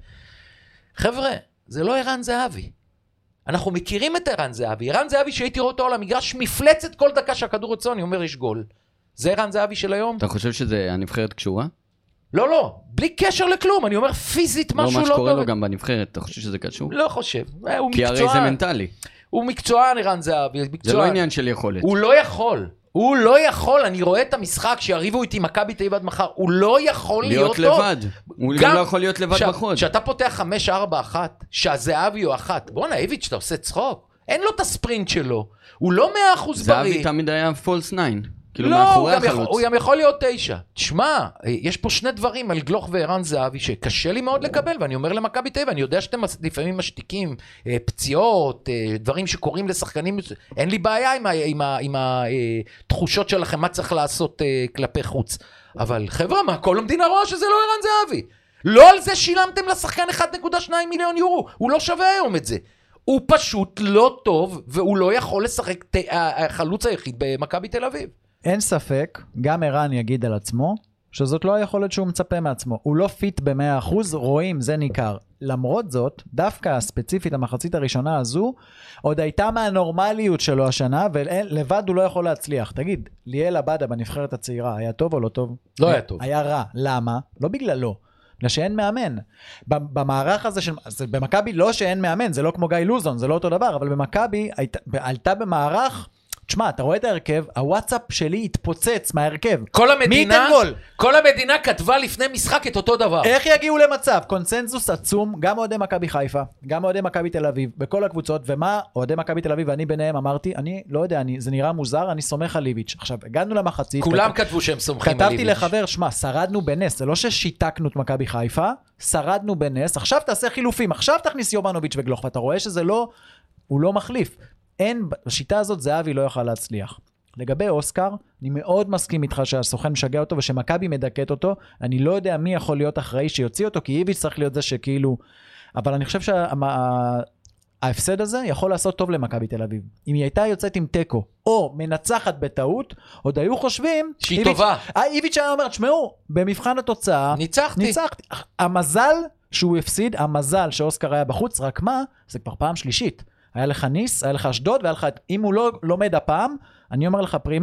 Speaker 1: חבר'ה, זה לא ערן זהבי. אנחנו מכירים את ערן זהבי, ערן זהבי שהייתי רואה אותו על המגרש, מפלצת כל דקה שהכדור יצא, אני אומר יש גול. זה ערן זהבי של היום?
Speaker 3: אתה חושב שזה הנבחרת קשורה?
Speaker 1: לא, לא, בלי קשר לכלום, אני אומר פיזית משהו לא טוב.
Speaker 3: לא, מה שקורה לו גם בנבחרת, אתה חושב שזה קשור?
Speaker 1: לא חושב, הוא
Speaker 3: כי
Speaker 1: מקצוען.
Speaker 3: הרי זה מנטלי.
Speaker 1: הוא מקצוען ערן זהבי, מקצוען.
Speaker 3: זה לא עניין של יכולת.
Speaker 1: הוא לא יכול, הוא לא יכול, אני רואה את המשחק שיריבו איתי מכבי תל אביב עד מחר, הוא לא יכול להיות
Speaker 3: להיות
Speaker 1: טוב.
Speaker 3: לבד, הוא גם לא יכול להיות לבד בחוד.
Speaker 1: כשאתה פותח חמש ארבע אחת, שהזהבי הוא אחת, בוא'נה איביץ' אתה עושה צחוק, אין לו את הספרינט שלו, הוא לא מאה אחוז בריא.
Speaker 3: זהבי תמיד היה פולס ניין. כאילו
Speaker 1: לא,
Speaker 3: מאחורי
Speaker 1: הוא, גם
Speaker 3: החלוץ.
Speaker 1: יכול, הוא גם יכול להיות תשע. תשמע, יש פה שני דברים על גלוך וערן זהבי שקשה לי מאוד לקבל, ואני אומר למכבי תל אביב, אני יודע שאתם לפעמים משתיקים פציעות, דברים שקורים לשחקנים, אין לי בעיה עם, עם, עם התחושות שלכם, מה צריך לעשות כלפי חוץ. אבל חבר'ה, מה, כל המדינה רואה שזה לא ערן זהבי. לא על זה שילמתם לשחקן אחד נקודה שתיים מיליון יורו, הוא לא שווה היום את זה. הוא פשוט לא טוב, והוא לא יכול לשחק החלוץ היחיד במכבי תל אביב.
Speaker 2: אין ספק, גם ערן יגיד על עצמו, שזאת לא היכולת שהוא מצפה מעצמו. הוא לא פיט ב-מאה אחוז, רואים, זה ניכר. למרות זאת, דווקא הספציפית, המחצית הראשונה הזו, עוד הייתה מהנורמליות שלו השנה, ולבד הוא לא יכול להצליח. תגיד, ליאל עבדה בנבחרת הצעירה, היה טוב או לא טוב?
Speaker 1: לא היה טוב.
Speaker 2: היה רע. למה? לא בגללו. בגלל שאין מאמן. במערך הזה של... במכבי לא שאין מאמן, זה לא כמו גיא לוזון, זה לא אותו דבר, אבל במכבי עלתה במערך... תשמע, אתה רואה את ההרכב, הוואטסאפ שלי התפוצץ מההרכב.
Speaker 1: כל המדינה, כל המדינה כתבה לפני משחק את אותו דבר.
Speaker 2: איך יגיעו למצב? קונסנזוס עצום, גם אוהדי מכבי חיפה, גם אוהדי מכבי תל אביב, בכל הקבוצות, ומה אוהדי מכבי תל אביב, ואני ביניהם אמרתי, אני לא יודע, אני, זה נראה מוזר, אני סומך על ליביץ'. עכשיו, הגענו למחצית.
Speaker 1: כולם כת... כתבו שהם סומכים על ליביץ'.
Speaker 2: כתבתי לחבר, שמה, שרדנו בנס, זה לא ששיתקנו את מכבי חיפה, שרדנו בנס, עכשיו תעשה חילופים, עכשיו תכניס יובנוביץ' וגלוך, ואתה רואה שזה לא, הוא לא מחליף. אין, בשיטה הזאת זהבי לא יוכל להצליח. לגבי אוסקר, אני מאוד מסכים איתך שהסוכן משגע אותו ושמכבי מדכאת אותו, אני לא יודע מי יכול להיות אחראי שיוציא אותו, כי איביץ' צריך להיות זה שכאילו, אבל אני חושב שההפסד הזה יכול לעשות טוב למכבי תל אביב. אם היא הייתה יוצאת עם טקו, או מנצחת בטעות, עוד היו חושבים,
Speaker 1: שהיא
Speaker 2: איביץ',
Speaker 1: טובה.
Speaker 2: איביץ' היה אומר, תשמעו, במבחן התוצאה,
Speaker 1: ניצחתי.
Speaker 2: ניצחתי. המזל שהוא הפסיד, המזל שאוסקר היה בחוץ, רק מה, זה כבר פעם שלישית. היה לך ניס, היה לך אשדוד, והיה לך, אם הוא לא לומד הפעם, אני אומר לך פרימות,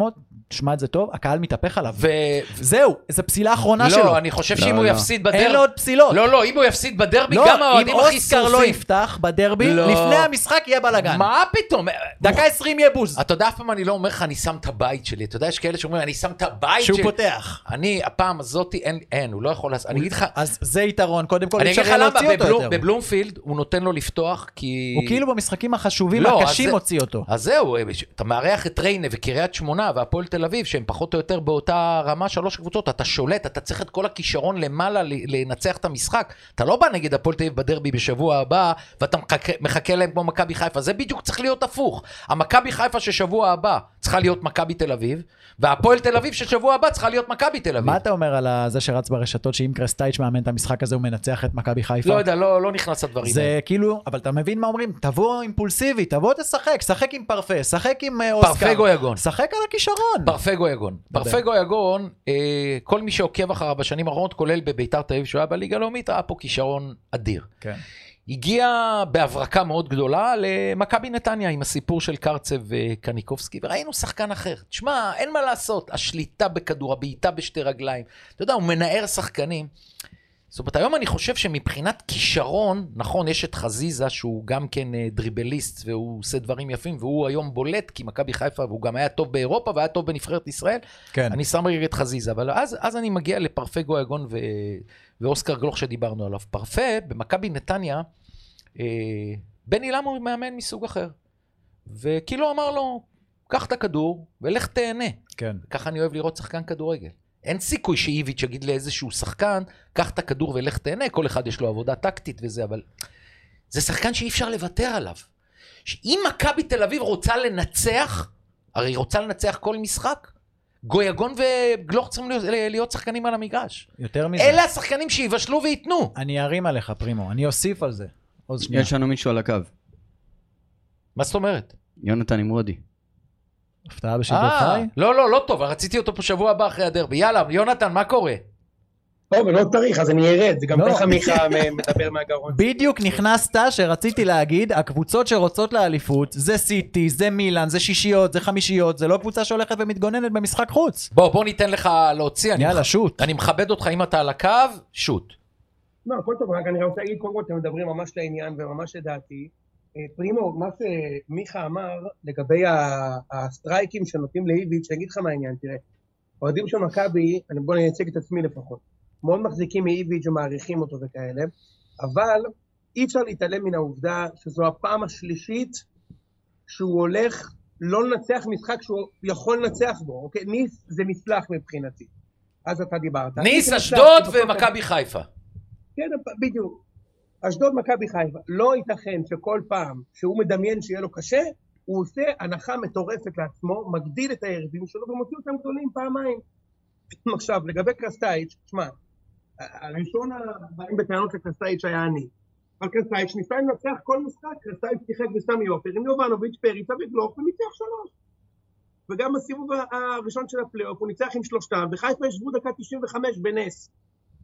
Speaker 2: תשמע את זה טוב, הקהל מתהפך עליו.
Speaker 1: ו...
Speaker 2: זהו, זו פסילה האחרונה
Speaker 1: לא,
Speaker 2: שלו.
Speaker 1: לא, אני חושב
Speaker 3: לא,
Speaker 1: שאם הוא
Speaker 3: לא.
Speaker 1: יפסיד בדרבי...
Speaker 2: אין לו עוד פסילות.
Speaker 1: לא, לא, אם הוא יפסיד בדרבי,
Speaker 2: לא,
Speaker 1: גם האוהדים הכי
Speaker 2: אם אוסקר לא
Speaker 1: שרופים.
Speaker 2: יפתח בדרבי,
Speaker 1: לא.
Speaker 2: לפני המשחק יהיה בלגן.
Speaker 1: מה פתאום?
Speaker 2: דקה עשרים יהיה בוז.
Speaker 1: אתה יודע, אף פעם אני לא אומר לך, אני שם את הבית שלי. אתה יודע, יש כאלה שאומרים, אני שם את הבית
Speaker 2: שהוא
Speaker 1: שלי.
Speaker 2: פותח.
Speaker 1: אני, הפעם הזאת, אין, אין, הוא לא יכול לעשות. אני אגיד לך...
Speaker 2: אז זה יתרון, קודם כל
Speaker 1: אני
Speaker 2: אפשר
Speaker 1: אגיד לך
Speaker 2: להוציא
Speaker 1: למה,
Speaker 2: אותו
Speaker 1: בבלום-
Speaker 2: יותר.
Speaker 1: בבלומפילד הוא נותן לו לפתוח, כי...
Speaker 2: הוא כאילו במשחקים החשובים,
Speaker 1: לא,
Speaker 2: הקשים
Speaker 1: אז-
Speaker 2: הוציא אותו.
Speaker 1: אז זהו, אתה מארח את ריינה וקריית שמונה והפועל תל אביב, שהם פחות או יותר באותה רמה, שלוש קבוצות, אתה שולט, אתה צריך את כל הכישרון למעלה לנצח את המשחק. אתה לא בא נגד הפועל תל אביב בדרבי בשבוע הבא, ואתה מחכה, מחכה להם כמו מכבי חיפה. זה בדיוק צריך להיות הפוך. המכבי חיפה ששבוע הבא צריכה להיות מכבי תל אביב, והפועל תל אביב ששבוע הבא צריכה להיות מכבי תל אביב.
Speaker 2: מה אתה אומר על זה שרץ ברשתות, שאם קרסטייץ' מאמן את המשחק הזה, הוא מנצח את מכבי חיפה?
Speaker 1: לא יודע, לא, לא נכנס לדברים.
Speaker 2: זה כאילו, אבל אתה מבין מה אומרים? תבוא אימפולסיבי, תבוא תשחק, שחק עם פרפה, שחק עם אה, אוסקר.
Speaker 1: פרפה גויגון.
Speaker 2: שחק על הכישרון.
Speaker 1: פרפה גויגון. פרפה גויגון, אה, כל מי שעוקב אחריו בשנים האחרונות, כולל בביתר תל אביב, שהוא היה בליגה הלאומית, ראה פה כישרון אדיר.
Speaker 2: כן.
Speaker 1: הגיע בהברקה מאוד גדולה למכבי נתניה עם הסיפור של קרצב וקניקובסקי, וראינו שחקן אחר. תשמע, אין מה לעשות, השליטה בכדור, הבעיטה בשתי רגליים. אתה יודע, הוא מנער שחקנים. זאת אומרת, היום אני חושב שמבחינת כישרון, נכון, יש את חזיזה שהוא גם כן דריבליסט, והוא עושה דברים יפים, והוא היום בולט, כי מכבי חיפה, והוא גם היה טוב באירופה, והיה טוב בנבחרת ישראל.
Speaker 2: כן.
Speaker 1: אני שם רגע את חזיזה, אבל אז, אז אני מגיע לפרפה גויגון ו... ואוסקר גלוך שדיברנו עליו. פרפה, במכבי נתניה, אה, בני למה הוא מאמן מסוג אחר. וכאילו אמר לו, קח את הכדור ולך תהנה.
Speaker 2: כן.
Speaker 1: ככה אני אוהב לראות שחקן כדורגל. אין סיכוי שאיביץ' יגיד לאיזשהו שחקן, קח את הכדור ולך תהנה, כל אחד יש לו עבודה טקטית וזה, אבל זה שחקן שאי אפשר לוותר עליו. שאם מכבי תל אביב רוצה לנצח, הרי היא רוצה לנצח כל משחק, גויגון וגלוך צריכים להיות, להיות שחקנים על המגרש.
Speaker 2: יותר מזה.
Speaker 1: אלה השחקנים שיבשלו ויתנו.
Speaker 2: אני ארים עליך, פרימו, אני אוסיף על זה. עוד שנייה.
Speaker 3: יש לנו מישהו על הקו.
Speaker 1: מה זאת אומרת?
Speaker 3: יונתן נמרודי.
Speaker 2: הפתעה בשידור
Speaker 1: אה,
Speaker 2: חי?
Speaker 1: לא, לא, לא טוב, רציתי אותו פה שבוע הבא אחרי הדרבי. יאללה, יונתן, מה קורה?
Speaker 4: טוב, לא צריך, אז אני ארד, זה גם
Speaker 2: לא.
Speaker 4: ככה מיכה מדבר מהגרון.
Speaker 2: בדיוק נכנסת שרציתי להגיד, הקבוצות שרוצות לאליפות, זה סיטי, זה מילאן, זה שישיות, זה חמישיות, זה לא קבוצה שהולכת ומתגוננת במשחק חוץ.
Speaker 1: בוא, בוא ניתן לך להוציא. אני
Speaker 2: יאללה,
Speaker 1: מכ-
Speaker 2: שוט.
Speaker 1: אני מכבד אותך אם אתה על הקו, שוט.
Speaker 4: לא, הכל טוב, רק אני רוצה להגיד, קודם כל אתם מדברים ממש לעניין וממש לדעתי. אה, פרימו, מה שמיכה אמר לגבי ה- הסטרייקים שנותנים לאיביץ', אני אגיד לך מה העניין, תראה. אוהדים של מכבי, אני בוא נייצג את עצמי לפחות, מאוד מחזיקים מאיביץ' ומעריכים אותו וכאלה, אבל אי אפשר להתעלם מן העובדה שזו הפעם השלישית שהוא הולך לא לנצח משחק שהוא יכול לנצח בו, אוקיי? ניס זה נסלח מבחינתי. אז אתה דיברת.
Speaker 1: ניס,
Speaker 4: נסלח,
Speaker 1: אשדוד
Speaker 4: בסוף-
Speaker 1: ומכבי חיפה.
Speaker 4: כן, בדיוק. אשדוד, מכבי חיפה. לא ייתכן שכל פעם שהוא מדמיין שיהיה לו קשה, הוא עושה הנחה מטורפת לעצמו, מגדיל את היריבים שלו ומוציא אותם גדולים פעמיים. עכשיו, לגבי קרסטייץ', שמע, הראשון הבאים בטענות לקרסטייץ' היה אני. אבל קרסטייץ' ניסה לנצח כל משחק, קרסטייץ' שיחק בסמי עופר, עם יובנוביץ', פריצה וגלוך, וניצח שלוש. וגם בסיבוב הראשון של הפלייאוף, הוא ניצח עם שלושתם, וחיפה ישבו דקה תשעים וחמש בנס.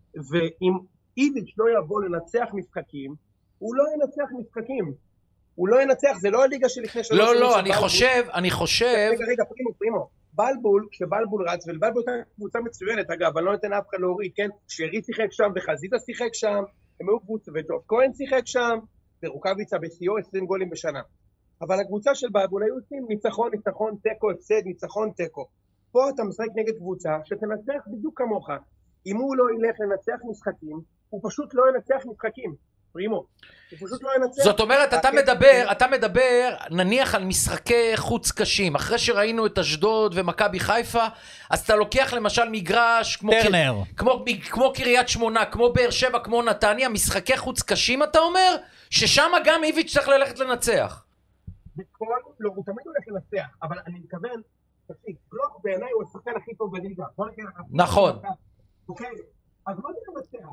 Speaker 4: ואם איביץ' לא יבוא לנצח משחקים, הוא לא ינצח משחקים. הוא לא ינצח, זה לא הליגה שלפני שלוש.
Speaker 1: לא,
Speaker 4: שנים
Speaker 1: לא,
Speaker 4: של
Speaker 1: אני
Speaker 4: בלבול.
Speaker 1: חושב, אני חושב...
Speaker 4: רגע, רגע, פרימו, פרימו. בלבול, כשבלבול רץ, ובלבול הייתה קבוצה מצוינת, אגב, אני לא נותן אף אחד להוריד, כן? שרי שיחק שם, וחזיזה שיחק שם, הם היו קבוצה, וג'וב כהן שיחק שם, ורוקאביצה בסיור עשרים גולים בשנה. אבל הקבוצה של בלבול היו עושים ניצחון, ניצחון, תיקו, הפסד, ניצחון, תיקו. פה אתה משחק נגד קבוצה שתנצח בדיוק כמוך. אם הוא לא ילך לנצח משחקים, הוא פשוט לא ינצח משחקים. פרימו. הוא פשוט לא ינצח.
Speaker 1: זאת אומרת, אתה מדבר, אתה מדבר, נניח על משחקי חוץ קשים, אחרי שראינו את אשדוד ומכבי חיפה, אז אתה לוקח למשל מגרש כמו,
Speaker 2: טרנר.
Speaker 1: כמו, כמו קריית שמונה, כמו באר שבע, כמו נתניה, משחקי חוץ קשים, אתה אומר, ששם גם איביץ' צריך ללכת לנצח.
Speaker 4: בכל, לא, הוא תמיד הולך לנצח, אבל אני מתכוון, תקשיב, גלוך בעיניי הוא השחקן הכי טוב בליגה.
Speaker 1: נכון.
Speaker 4: אוקיי, אז מה זה לנצח?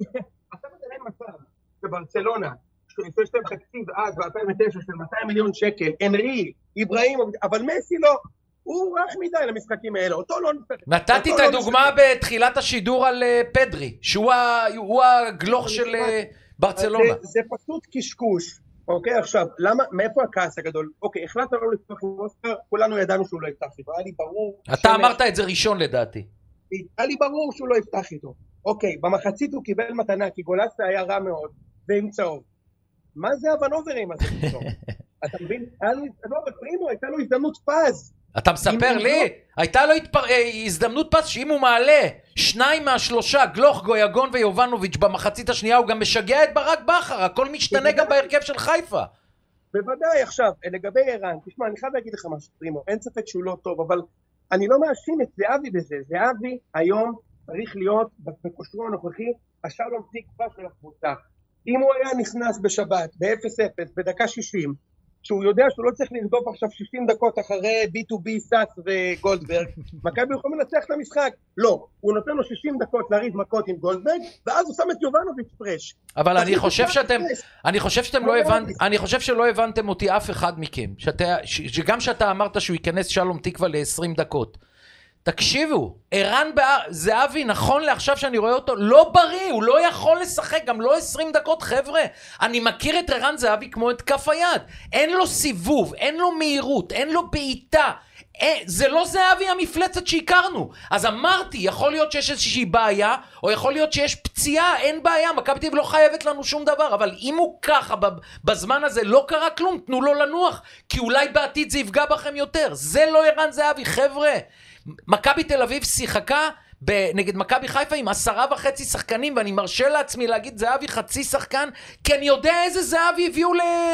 Speaker 4: אתה מדמיין מצב בברצלונה, שיש להם תקציב אז ב-אלפיים ותשע של מאתיים מיליון שקל, אנרי, איברהים, אבל מסי לא, הוא רך מדי למשחקים האלה, אותו לא נשחק.
Speaker 1: נתתי את הדוגמה בתחילת השידור על פדרי, שהוא הגלוך של ברצלונה.
Speaker 4: זה פשוט קשקוש, אוקיי, עכשיו, למה, מאיפה הכעס הגדול? אוקיי, החלטת לא לפתוח עם אוסקר, כולנו ידענו שהוא לא יפתח איתו, היה לי ברור...
Speaker 1: אתה אמרת את זה ראשון לדעתי.
Speaker 4: היה לי ברור שהוא לא יפתח איתו. אוקיי, במחצית הוא קיבל מתנה, כי גולסה היה רע מאוד, ועם צהוב. מה זה הוונוברים הזה פתאום? אתה מבין? לא, בפרימו, הייתה לו הזדמנות פז.
Speaker 1: אתה מספר לי? הייתה לו הזדמנות פז שאם הוא מעלה שניים מהשלושה, גלוך, גויגון ויובנוביץ' במחצית השנייה, הוא גם משגע את ברק בכר, הכל משתנה גם בהרכב של חיפה.
Speaker 4: בוודאי, עכשיו, לגבי ערן, תשמע, אני חייב להגיד לך משהו, פרימו, אין ספק שהוא לא טוב, אבל אני לא מאשים את זהבי בזה. זהבי היום צריך להיות בכושרו הנוכחי, השלום תקווה של הקבוצה. אם הוא היה נכנס בשבת, ב-אפס אפס, בדקה שישים, שהוא יודע שהוא לא צריך לרדוף עכשיו שישים דקות אחרי בי טו בי, סאס וגולדברג, מכבי יכולים לנצח את המשחק. לא, הוא נותן לו שישים דקות להריב מכות עם גולדברג, ואז הוא שם את יובנוביץ' פרש.
Speaker 1: אבל אני חושב שאתם, אני חושב שאתם לא הבנתם, אני חושב שלא הבנתם אותי אף אחד מכם, שגם שאתה אמרת שהוא ייכנס שלום תקווה ל-עשרים דקות. תקשיבו, ערן זהבי, נכון לעכשיו שאני רואה אותו, לא בריא, הוא לא יכול לשחק, גם לא עשרים דקות, חבר'ה. אני מכיר את ערן זהבי כמו את כף היד. אין לו סיבוב, אין לו מהירות, אין לו בעיטה. זה לא זהבי המפלצת שהכרנו. אז אמרתי, יכול להיות שיש איזושהי בעיה, או יכול להיות שיש פציעה, אין בעיה, מכבי תל אביב לא חייבת לנו שום דבר, אבל אם הוא ככה, בזמן הזה לא קרה כלום, תנו לו לנוח, כי אולי בעתיד זה יפגע בכם יותר. זה לא ערן זהבי, חבר'ה. מכבי תל אביב שיחקה נגד מכבי חיפה עם עשרה וחצי שחקנים, ואני מרשה לעצמי להגיד זהבי חצי שחקן, כי אני יודע איזה זהבי הביאו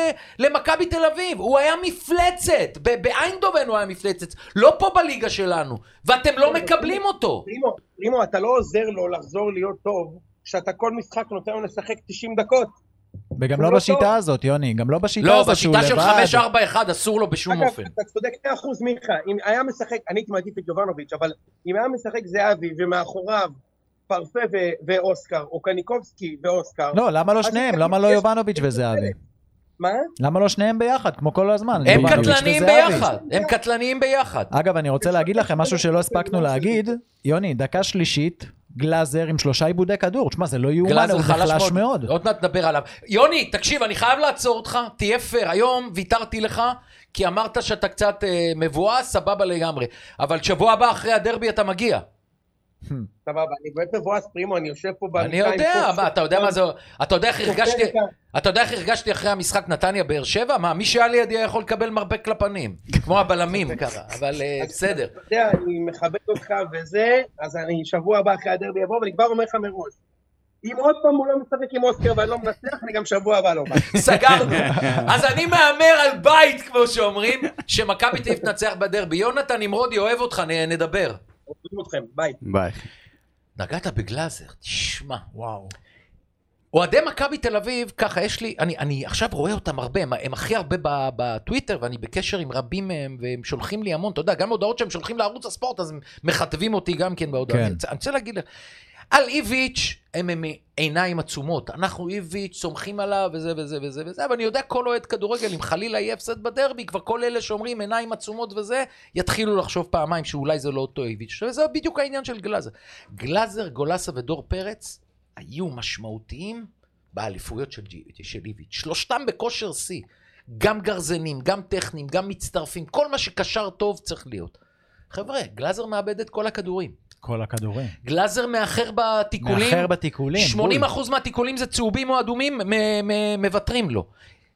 Speaker 1: למכבי תל אביב. הוא היה מפלצת, באיינדובן הוא היה מפלצת, לא פה בליגה שלנו, ואתם לא מקבלים אותו.
Speaker 4: רימו, רימו, אתה לא עוזר לו לחזור להיות טוב, שאתה כל משחק נותן לו לשחק תשעים דקות.
Speaker 2: וגם לא בשיטה הזאת, יוני, גם לא בשיטה הזאת שהוא לבד.
Speaker 1: לא, בשיטה של חמש ארבע אחת אסור לו בשום אופן.
Speaker 4: אתה צודק מאה אחוז מיכה, אם היה משחק, אני הייתי מעדיף את יובנוביץ', אבל אם היה משחק זהבי ומאחוריו פרפה ואוסקר, או קניקובסקי ואוסקר...
Speaker 2: לא, למה לא שניהם? למה לא יובנוביץ' וזהבי?
Speaker 4: מה?
Speaker 2: למה לא שניהם ביחד, כמו כל הזמן?
Speaker 1: הם קטלניים ביחד, הם קטלניים ביחד.
Speaker 2: אגב, אני רוצה להגיד לכם משהו שלא הספקנו להגיד. יוני, דקה שלישית, גלאזר עם שלושה עיבודי כדור. תשמע, זה לא יאומן, הוא חלש מאוד.
Speaker 1: עוד מעט נדבר עליו. יוני, תקשיב, אני חייב לעצור אותך, תהיה פייר. היום ויתרתי לך, כי אמרת שאתה קצת אה, מבואס, סבבה לגמרי. אבל שבוע הבא אחרי הדרבי אתה מגיע.
Speaker 4: סבבה, אני באמת מבואס פרימו, אני יושב פה...
Speaker 1: אני יודע, מה, אתה יודע מה זה... אתה יודע איך הרגשתי... אתה יודע איך הרגשתי אחרי המשחק נתניה באר שבע? מה, מי שהיה לידי יכול לקבל מרפק לפנים, כמו הבלמים ככה, אבל בסדר.
Speaker 4: אתה יודע, אני מכבד אותך וזה, אז אני שבוע הבא אחרי הדרבי יבוא, ואני כבר אומר לך מראש, אם עוד פעם הוא לא משחק עם אוסקר ואני לא מנצח, אני גם שבוע הבא לא בא.
Speaker 1: סגרנו. אז אני מאמר על בית, כמו שאומרים, שמכבי תל אביב תנצח בדרבי. יונתן נמרודי, אוהב אותך, נדבר.
Speaker 4: אוהבים אתכם, ביי.
Speaker 3: ביי.
Speaker 1: נגעת בגלאזר, תשמע.
Speaker 2: וואו.
Speaker 1: אוהדי מכבי תל אביב, ככה יש לי, אני, אני עכשיו רואה אותם הרבה, הם, הם הכי הרבה בטוויטר, ואני בקשר עם רבים מהם, והם שולחים לי המון, אתה יודע, גם הודעות שהם שולחים לערוץ הספורט, אז הם מכתבים אותי גם כן בהודעות. כן. אני, אני רוצה להגיד לך, על איביץ' הם, הם עיניים עצומות, אנחנו איביץ' סומכים עליו וזה וזה וזה וזה, אבל אני יודע כל אוהד כדורגל, אם חלילה יהיה הפסד בדרבי, כבר כל אלה שאומרים עיניים עצומות וזה, יתחילו לחשוב פעמיים שאולי זה לא אותו איביץ', וזה בדיוק העניין של גלאזר. גלאזר, גולסה ודור פרץ היו משמעותיים באליפויות של, של איביץ'. שלושתם בכושר C, גם גרזנים, גם טכנים, גם מצטרפים, כל מה שקשר טוב צריך להיות. חבר'ה, גלאזר מאבד את כל הכדורים.
Speaker 2: כל הכדורים.
Speaker 1: גלאזר מאחר בתיקולים.
Speaker 2: מאחר בתיקולים.
Speaker 1: שמונים אחוז מהתיקולים זה צהובים או אדומים, מבטרים לו.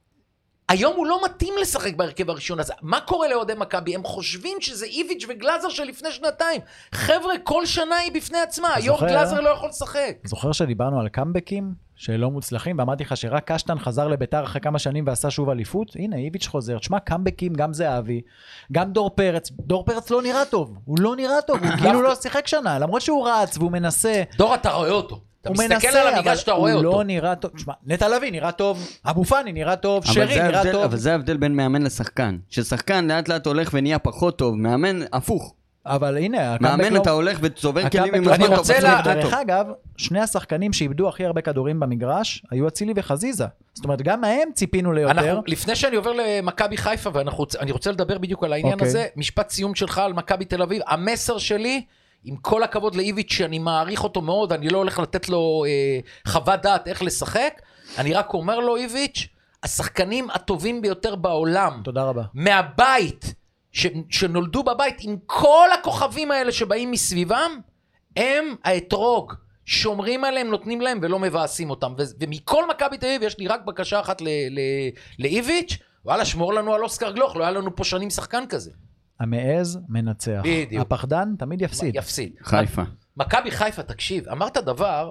Speaker 1: היום הוא לא מתאים לשחק בהרכב הראשון הזה. מה קורה לאוהדי מכבי? הם חושבים שזה איביץ' וגלאזר של לפני שנתיים. חבר'ה, כל שנה היא בפני עצמה. היום גלאזר לא יכול לשחק.
Speaker 2: זוכר שדיברנו על קאמבקים שלא מוצלחים, ואמרתי לך שרק קשטן חזר לביתר אחרי כמה שנים ועשה שוב אליפות? הנה, איביץ' חוזר. תשמע, קאמבקים, גם זהבי, גם דור פרץ. דור פרץ לא נראה טוב. הוא לא נראה טוב. הוא כאילו לא שיחק שנה, למרות שהוא רץ והוא מנסה.
Speaker 1: דור, אתה רואה אותו. אתה מסתכל על המגרש שאתה רואה אותו.
Speaker 2: הוא לא נראה טוב. תשמע, נטע לביא נראה טוב, אבו פאני נראה טוב, שרי נראה טוב.
Speaker 3: אבל זה ההבדל בין מאמן לשחקן. ששחקן לאט לאט הולך ונהיה פחות טוב, מאמן הפוך.
Speaker 2: אבל הנה,
Speaker 3: מאמן אתה הולך וצובר כלים עם
Speaker 1: אני רוצה לה...
Speaker 2: דרך אגב, שני השחקנים שאיבדו הכי הרבה כדורים במגרש, היו אצילי וחזיזה. זאת אומרת, גם מהם ציפינו ליותר.
Speaker 1: לפני שאני עובר למכבי חיפה, ואני רוצה לדבר בדיוק על העניין הזה, משפט סיום שלך על מכבי תל אביב, המסר שלי, עם כל הכבוד לאיביץ' שאני מעריך אותו מאוד, אני לא הולך לתת לו אה, חוות דעת איך לשחק, אני רק אומר לו איביץ', השחקנים הטובים ביותר בעולם.
Speaker 2: תודה רבה.
Speaker 1: מהבית, ש, שנולדו בבית, עם כל הכוכבים האלה שבאים מסביבם, הם האתרוג. שומרים עליהם, נותנים להם ולא מבאסים אותם. ו- ומכל מכבי תל אביב יש לי רק בקשה אחת ל- ל- לאיביץ', וואלה, שמור לנו על אוסקר גלוך, לא היה לנו פה שנים שחקן כזה.
Speaker 2: המעז מנצח.
Speaker 1: בדיוק.
Speaker 2: הפחדן תמיד יפסיד.
Speaker 1: יפסיד.
Speaker 3: חיפה.
Speaker 1: מכבי חיפה, תקשיב, אמרת דבר,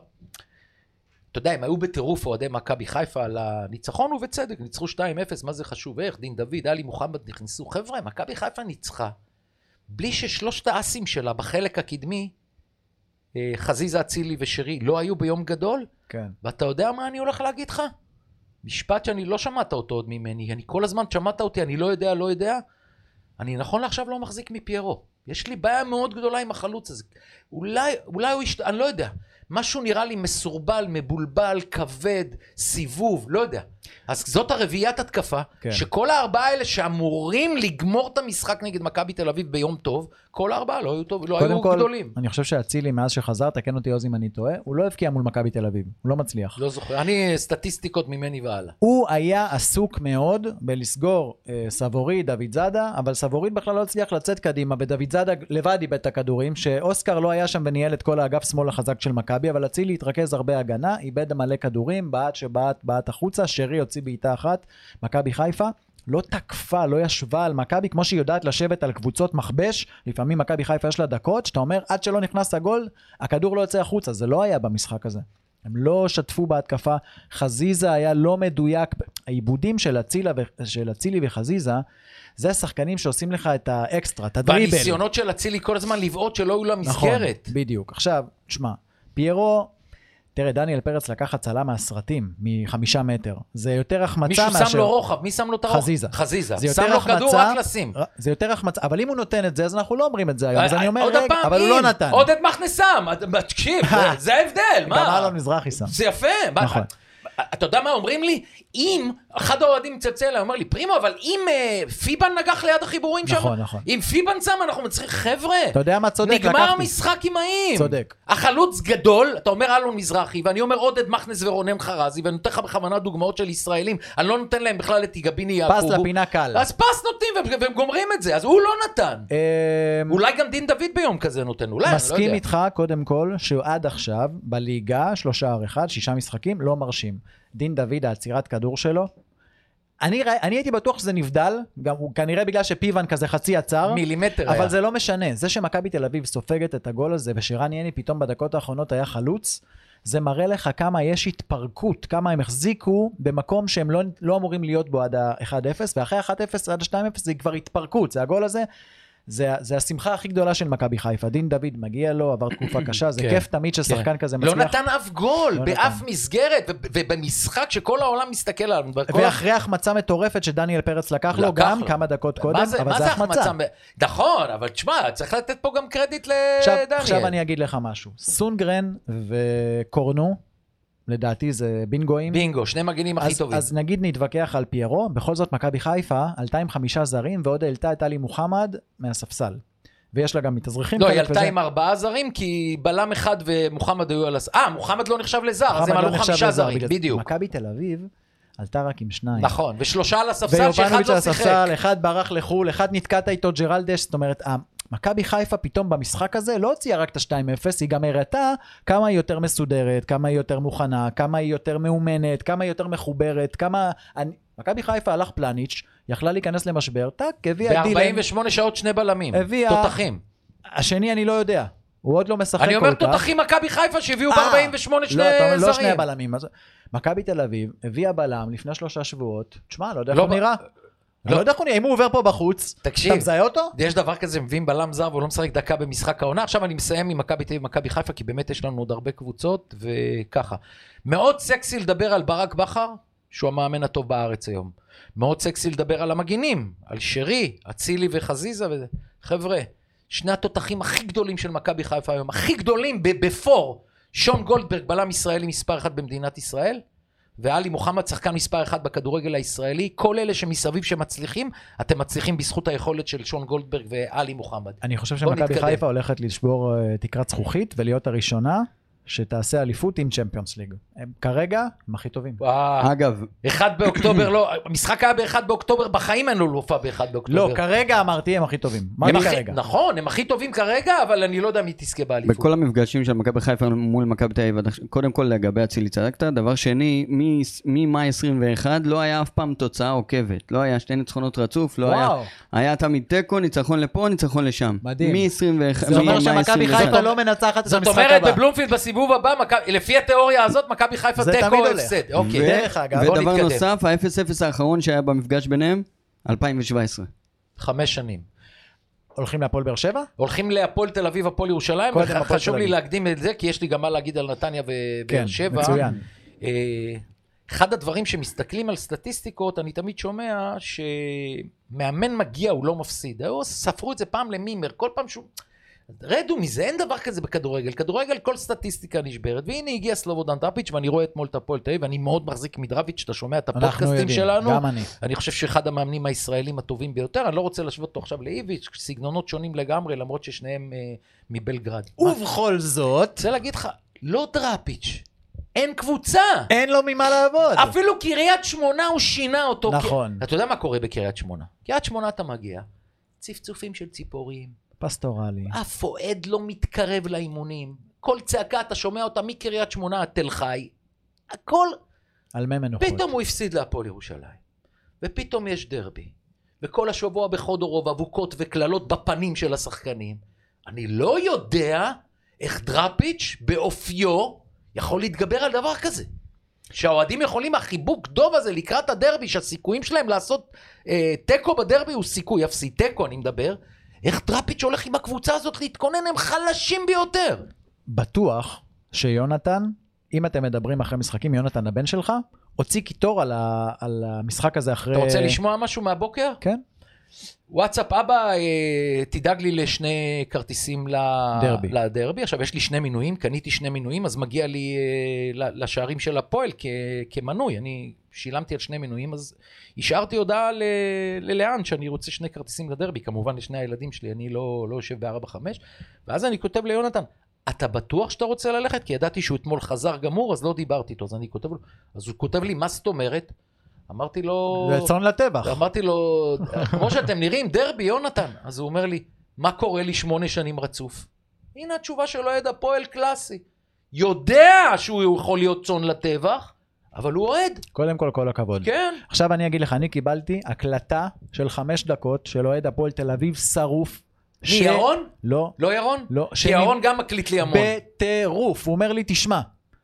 Speaker 1: אתה יודע, הם היו בטירוף אוהדי מכבי חיפה על הניצחון, ובצדק, ניצחו שתיים אפס, מה זה חשוב, איך, דין דוד, עלי מוחמד נכנסו, חבר'ה, מכבי חיפה ניצחה, בלי ששלושת האסים שלה בחלק הקדמי, חזיזה, אצילי ושרי, לא היו ביום גדול,
Speaker 2: כן.
Speaker 1: ואתה יודע מה אני הולך להגיד לך? משפט שאני לא שמעת אותו עוד ממני, אני כל הזמן שמעת אותי, אני לא יודע, לא יודע, אני נכון לעכשיו לא מחזיק מפיירו, יש לי בעיה מאוד גדולה עם החלוץ הזה, אולי, אולי הוא ישת... אני לא יודע, משהו נראה לי מסורבל, מבולבל, כבד, סיבוב, לא יודע. אז זאת הרביעיית התקפה,
Speaker 2: כן.
Speaker 1: שכל הארבעה האלה שאמורים לגמור את המשחק נגד מכבי תל אביב ביום טוב, כל הארבעה לא היו, טוב, לא היו
Speaker 2: כל,
Speaker 1: גדולים.
Speaker 2: אני חושב שאצילי מאז שחזר, תקן אותי עוז אם אני טועה, הוא לא הבקיע מול מכבי תל אביב, הוא לא מצליח.
Speaker 1: לא זוכר, אני סטטיסטיקות ממני והלאה.
Speaker 2: הוא היה עסוק מאוד בלסגור אה, סבורית, דוד זאדה, אבל סבורית בכלל לא הצליח לצאת קדימה, ודוד זאדה לבד איבד את הכדורים, שאוסקר לא היה שם וניהל את כל האגף שמאל החזק של מכבי, אבל אצילי התרכז הרבה הגנה, איבד מלא כדורים, בעט שבעט, בעט החוצה, שרי הוציא בעיטה אחת, מכבי חיפה לא תקפה, לא ישבה על מכבי, כמו שהיא יודעת לשבת על קבוצות מחבש, לפעמים מכבי חיפה יש לה דקות, שאתה אומר, עד שלא נכנס הגול, הכדור לא יוצא החוצה, זה לא היה במשחק הזה. הם לא שתפו בהתקפה, חזיזה היה לא מדויק, העיבודים של אצילה, של אצילי וחזיזה, זה השחקנים שעושים לך את האקסטרה, את הדריבל.
Speaker 1: והניסיונות של אצילי כל הזמן לבעוט שלא היו לה מסגרת.
Speaker 2: נכון, בדיוק. עכשיו, תשמע, פיירו, תראה, דניאל פרץ לקח הצלה מהסרטים, מחמישה מטר. זה יותר החמצה
Speaker 1: מישהו
Speaker 2: מאשר...
Speaker 1: שם לו רוחב, מי שם לו את הרוחב?
Speaker 2: חזיזה.
Speaker 1: חזיזה.
Speaker 2: זה
Speaker 1: שם
Speaker 2: יותר
Speaker 1: לו כדור
Speaker 2: החמצה,
Speaker 1: רק לשים.
Speaker 2: זה יותר החמצה, אבל אם הוא נותן את זה, אז אנחנו לא אומרים את זה היום. אז אני אומר,
Speaker 1: עוד
Speaker 2: רגע,
Speaker 1: הפעם,
Speaker 2: אבל הוא לא נתן.
Speaker 1: עודד מכנסם, תקשיב, זה ההבדל, מה?
Speaker 2: גם אלון מזרחי שם.
Speaker 1: זה יפה.
Speaker 2: נכון.
Speaker 1: אתה יודע מה אומרים לי? אם, אחד האוהדים מצלצל אליי, אומר לי, פרימו, אבל אם פיבן נגח ליד החיבורים שם,
Speaker 2: נכון, נכון.
Speaker 1: אם פיבן שם, אנחנו מצליחים, חבר'ה,
Speaker 2: אתה יודע מה צודק?
Speaker 1: נגמר
Speaker 2: לקחתי.
Speaker 1: המשחק עם האם.
Speaker 2: צודק.
Speaker 1: החלוץ גדול, אתה אומר אלון מזרחי, ואני אומר עודד מכנס ורונן חרזי, ואני נותן לך בכוונה דוגמאות של ישראלים, אני לא נותן להם בכלל את יגביני יעקובו.
Speaker 2: פס לפינה קל.
Speaker 1: אז פס נותנים, והם גומרים את זה, אז הוא לא נתן.
Speaker 2: אמ,
Speaker 1: אולי גם דין דוד ביום כזה נותן, אולי, אני לא
Speaker 2: מסכים
Speaker 1: יודע.
Speaker 2: איתך, קודם כל, שהוא עד עכשיו, בליגה, שלושה אר אחד, שישה משחקים, לא מרשים. דין דוד, העצירת כדור שלו, אני, אני הייתי בטוח שזה נבדל, גם הוא כנראה בגלל שפיוון כזה חצי עצר,
Speaker 1: מילימטר
Speaker 2: אבל
Speaker 1: היה.
Speaker 2: זה לא משנה. זה שמכבי תל אביב סופגת את הגול הזה, ושרן יני פתאום בדקות האחרונות היה חלוץ, זה מראה לך כמה יש התפרקות, כמה הם החזיקו במקום שהם לא, לא אמורים להיות בו עד ה-אחד אפס, ואחרי ה-אחד אפס עד ה-שתיים אפס זה כבר התפרקות, זה הגול הזה, זה, זה השמחה הכי גדולה של מכבי חיפה. דין דוד מגיע לו, עבר תקופה קשה, זה כיף תמיד ששחקן כזה מצליח.
Speaker 1: לא נתן אף גול,
Speaker 2: לא
Speaker 1: באף
Speaker 2: נתן.
Speaker 1: מסגרת, ו- ובמשחק שכל העולם מסתכל עליו.
Speaker 2: ואחרי החמצה מטורפת שדניאל פרץ לקח לו
Speaker 1: לקח
Speaker 2: גם
Speaker 1: לו.
Speaker 2: כמה דקות קודם,
Speaker 1: מה זה,
Speaker 2: אבל
Speaker 1: מה
Speaker 2: זה
Speaker 1: זה
Speaker 2: החמצה.
Speaker 1: החמצה? נכון, אבל תשמע, צריך לתת פה גם קרדיט
Speaker 2: עכשיו,
Speaker 1: לדניאל.
Speaker 2: עכשיו אני אגיד לך משהו. סונגרן וקורנו, לדעתי זה בינגואים.
Speaker 1: בינגו, שני מגינים הכי
Speaker 2: אז,
Speaker 1: טובים.
Speaker 2: אז נגיד נתווכח על פיירו, בכל זאת מכבי חיפה עלתה עם חמישה זרים, ועוד העלתה את עלי מוחמד מהספסל. ויש לה גם מתאזרחים.
Speaker 1: לא, היא עלתה עם ארבעה זרים, כי בלם אחד ומוחמד היו על... אה, מוחמד לא נחשב לזר, אז הם
Speaker 2: לא
Speaker 1: עלו חמישה זרים, בדיוק.
Speaker 2: מכבי תל אביב עלתה רק עם שניים.
Speaker 1: נכון, ושלושה על הספסל, שאחד
Speaker 2: ויובנוביץ'
Speaker 1: לא
Speaker 2: על
Speaker 1: שיחק.
Speaker 2: הספסל, אחד ברח לחול, אחד נתקעת איתו ג'רלדש, זאת אומרת, מכבי חיפה פתאום במשחק הזה לא הוציאה רק את ה-שתיים אפס, היא גם הראתה כמה היא יותר מסודרת, כמה היא יותר מוכנה, כמה היא יותר מאומנת, כמה היא יותר מחוברת, כמה... מכבי חיפה הלך פלניץ', יכלה להיכנס למשבר, טק, הביאה דילן.
Speaker 1: ב-ארבעים ושמונה שעות שני בלמים,
Speaker 2: הביאה...
Speaker 1: תותחים.
Speaker 2: השני אני לא יודע, הוא עוד לא משחק כל כך.
Speaker 1: אני אומר תותחים מכבי חיפה שהביאו ב-ארבעים ושמונה שני
Speaker 2: לא, אתה אומר,
Speaker 1: זרים.
Speaker 2: לא שני הבלמים. מכבי תל אביב הביאה בלם לפני שלושה שבועות, תשמע, לא יודע איך
Speaker 1: לא
Speaker 2: הוא
Speaker 1: ב-
Speaker 2: נראה.
Speaker 1: לא.
Speaker 2: לא יודע איך הוא נראה, אם הוא עובר פה בחוץ,
Speaker 1: תקשיב.
Speaker 2: אתה מזהה אותו?
Speaker 1: יש דבר כזה, מביאים בלם זר והוא לא משחק דקה במשחק העונה. עכשיו אני מסיים עם מכבי תל אביב ומכבי חיפה, כי באמת יש לנו עוד הרבה קבוצות, וככה. מאוד סקסי לדבר על ברק בכר, שהוא המאמן הטוב בארץ היום. מאוד סקסי לדבר על המגינים, על שרי, אצילי וחזיזה וזה. חבר'ה, שני התותחים הכי גדולים של מכבי חיפה היום, הכי גדולים ב- בפור, שון גולדברג, בלם ישראלי מספר אחד במדינת ישראל, ואלי מוחמד, שחקן מספר אחד בכדורגל הישראלי. כל אלה שמסביב שמצליחים, אתם מצליחים בזכות היכולת של שון גולדברג ואלי מוחמד.
Speaker 2: אני חושב
Speaker 1: בוא
Speaker 2: שמכבי
Speaker 1: נתקדם.
Speaker 2: חיפה הולכת לשבור uh, תקרת זכוכית ולהיות הראשונה שתעשה אליפות עם צ'מפיונס ליג. הם כרגע הם הכי טובים.
Speaker 1: וואו.
Speaker 3: אגב,
Speaker 1: אחד באוקטובר, לא, המשחק היה באחד באוקטובר, בחיים אין לו אלופה באחד באוקטובר.
Speaker 2: לא, כרגע אמרתי הם הכי טובים.
Speaker 1: הם
Speaker 2: אמרתי
Speaker 1: הכי-
Speaker 2: כרגע.
Speaker 1: נכון, הם הכי טובים כרגע, אבל אני לא יודע מי תזכה באליפות.
Speaker 3: בכל המפגשים של מכבי חיפה מול מכבי תל אביב, עד עכשיו- קודם כל לגבי אצילי צדקת, דבר שני, מ- ממאי עשרים ואחת לא היה אף פעם תוצאה עוקבת, לא היה שתי ניצחונות רצוף, לא היה,
Speaker 2: וואו.
Speaker 3: היה תמיד תיקו, ניצחון לפה, ניצחון לשם.
Speaker 2: מדהים.
Speaker 3: מ-עשרים ואחת,
Speaker 2: זה אומר
Speaker 3: ממאי
Speaker 2: שמכבי
Speaker 3: עשרים ואחת.
Speaker 2: חיפה לא מנצחת את
Speaker 1: זאת
Speaker 2: המשחק
Speaker 1: אומרת,
Speaker 2: הבא.
Speaker 1: בבלומפילד בסיבוב הבא, מכבי- לפי התיאוריה הזאת, מכבי חיפה
Speaker 2: זה
Speaker 1: תיקו
Speaker 2: תמיד
Speaker 1: או
Speaker 2: הולך.
Speaker 1: הפסד.
Speaker 3: ו-
Speaker 1: אוקיי.
Speaker 2: דרך אגב,
Speaker 1: בוא
Speaker 3: ודבר
Speaker 1: נתקדם.
Speaker 3: נוסף, ה-אפס אפס האחרון שהיה במפגש ביניהם, אלפיים שבע עשרה.
Speaker 1: חמש שנים.
Speaker 2: הולכים להפועל באר שבע?
Speaker 1: הולכים להפועל תל אביב, הפועל ירושלים,
Speaker 2: קודם הפועל
Speaker 1: חשוב
Speaker 2: תל
Speaker 1: לי
Speaker 2: אביב.
Speaker 1: להקדים את זה, כי יש לי גם מה להגיד על נתניה ובאר
Speaker 2: כן,
Speaker 1: שבע.
Speaker 2: מצוין.
Speaker 1: אה, אחד הדברים שמסתכלים על סטטיסטיקות, אני תמיד שומע שמאמן מגיע, הוא לא מפסיד. היו ספרו את זה פעם למימר, כל פעם שהוא... רדו מזה, אין דבר כזה בכדורגל. כדורגל כל סטטיסטיקה נשברת, והנה הגיע סלובודן דראפיץ' ואני רואה אתמול את הפועל תל אביב, ואני מאוד מחזיק מדראפיץ', שאתה שומע את
Speaker 2: אנחנו
Speaker 1: הפודקאסטים
Speaker 2: יודעים,
Speaker 1: שלנו.
Speaker 2: גם אני.
Speaker 1: אני חושב שאחד המאמנים הישראלים הטובים ביותר, אני לא רוצה להשוות אותו עכשיו לאיביץ', סגנונות שונים לגמרי, למרות ששניהם אה, מבלגרד. מה?
Speaker 2: ובכל זאת,
Speaker 1: רוצה להגיד לך, לא דראפיץ', אין קבוצה.
Speaker 2: אין לו ממה לעבוד.
Speaker 1: אפילו קריית שמונה הוא שינה אותו.
Speaker 2: נכון.
Speaker 1: אתה יודע מה קורה בקריית שמונה? קריית שמונה אתה מגיע, צפצופים של ציפורים,
Speaker 2: פסטורלי.
Speaker 1: אף אוהד לא מתקרב לאימונים, כל צעקה אתה שומע אותה מקריית שמונה עד תל חי, הכל,
Speaker 2: על מי מנוחות.
Speaker 1: פתאום הוא הפסיד להפועל ירושלים, ופתאום יש דרבי, וכל השבוע בחודורוב אבוקות וקללות בפנים של השחקנים. אני לא יודע איך דראפיץ' באופיו יכול להתגבר על דבר כזה. שהאוהדים יכולים, החיבוק דוב הזה לקראת הדרבי, שהסיכויים שלהם לעשות אה, טקו בדרבי הוא סיכוי, אפסי טקו אני מדבר, איך דראפיץ' הולך עם הקבוצה הזאת להתכונן, הם חלשים ביותר.
Speaker 2: בטוח שיונתן, אם אתם מדברים אחרי משחקים, יונתן הבן שלך, הוציא קיטור על, ה, על המשחק הזה אחרי...
Speaker 1: אתה רוצה לשמוע משהו מהבוקר?
Speaker 2: כן.
Speaker 1: וואטסאפ, אבא, אה, תדאג לי לשני כרטיסים
Speaker 2: דרבי.
Speaker 1: לדרבי. עכשיו, יש לי שני מינויים, קניתי שני מינויים, אז מגיע לי אה, לשערים של הפועל כ- כמנוי. אני שילמתי על שני מינויים, אז השארתי הודעה ל- ללאן שאני רוצה שני כרטיסים לדרבי, כמובן לשני הילדים שלי, אני לא, לא יושב בארבע חמש, ואז אני כותב ליונתן, אתה בטוח שאתה רוצה ללכת? כי ידעתי שהוא אתמול חזר גמור, אז לא דיברתי איתו, אז אני כותב לו, אז הוא כותב לי, מה זאת אומרת? אמרתי לו...
Speaker 2: רצון לטבח.
Speaker 1: אמרתי לו, כמו שאתם נראים, דרבי, יונתן. אז הוא אומר לי, מה קורה לי שמונה שנים רצוף? הנה התשובה של אוהד הפועל קלאסי. יודע שהוא יכול להיות צאן לטבח, אבל הוא אוהד.
Speaker 2: קודם כל, כל הכבוד.
Speaker 1: כן.
Speaker 2: עכשיו אני אגיד לך, אני קיבלתי הקלטה של חמש דקות של אוהד הפועל תל אביב שרוף.
Speaker 1: מי, ירון?
Speaker 2: לא.
Speaker 1: לא ירון?
Speaker 2: לא.
Speaker 1: כי ירון גם מקליט לי המון.
Speaker 2: בטירוף. הוא אומר לי, תשמע,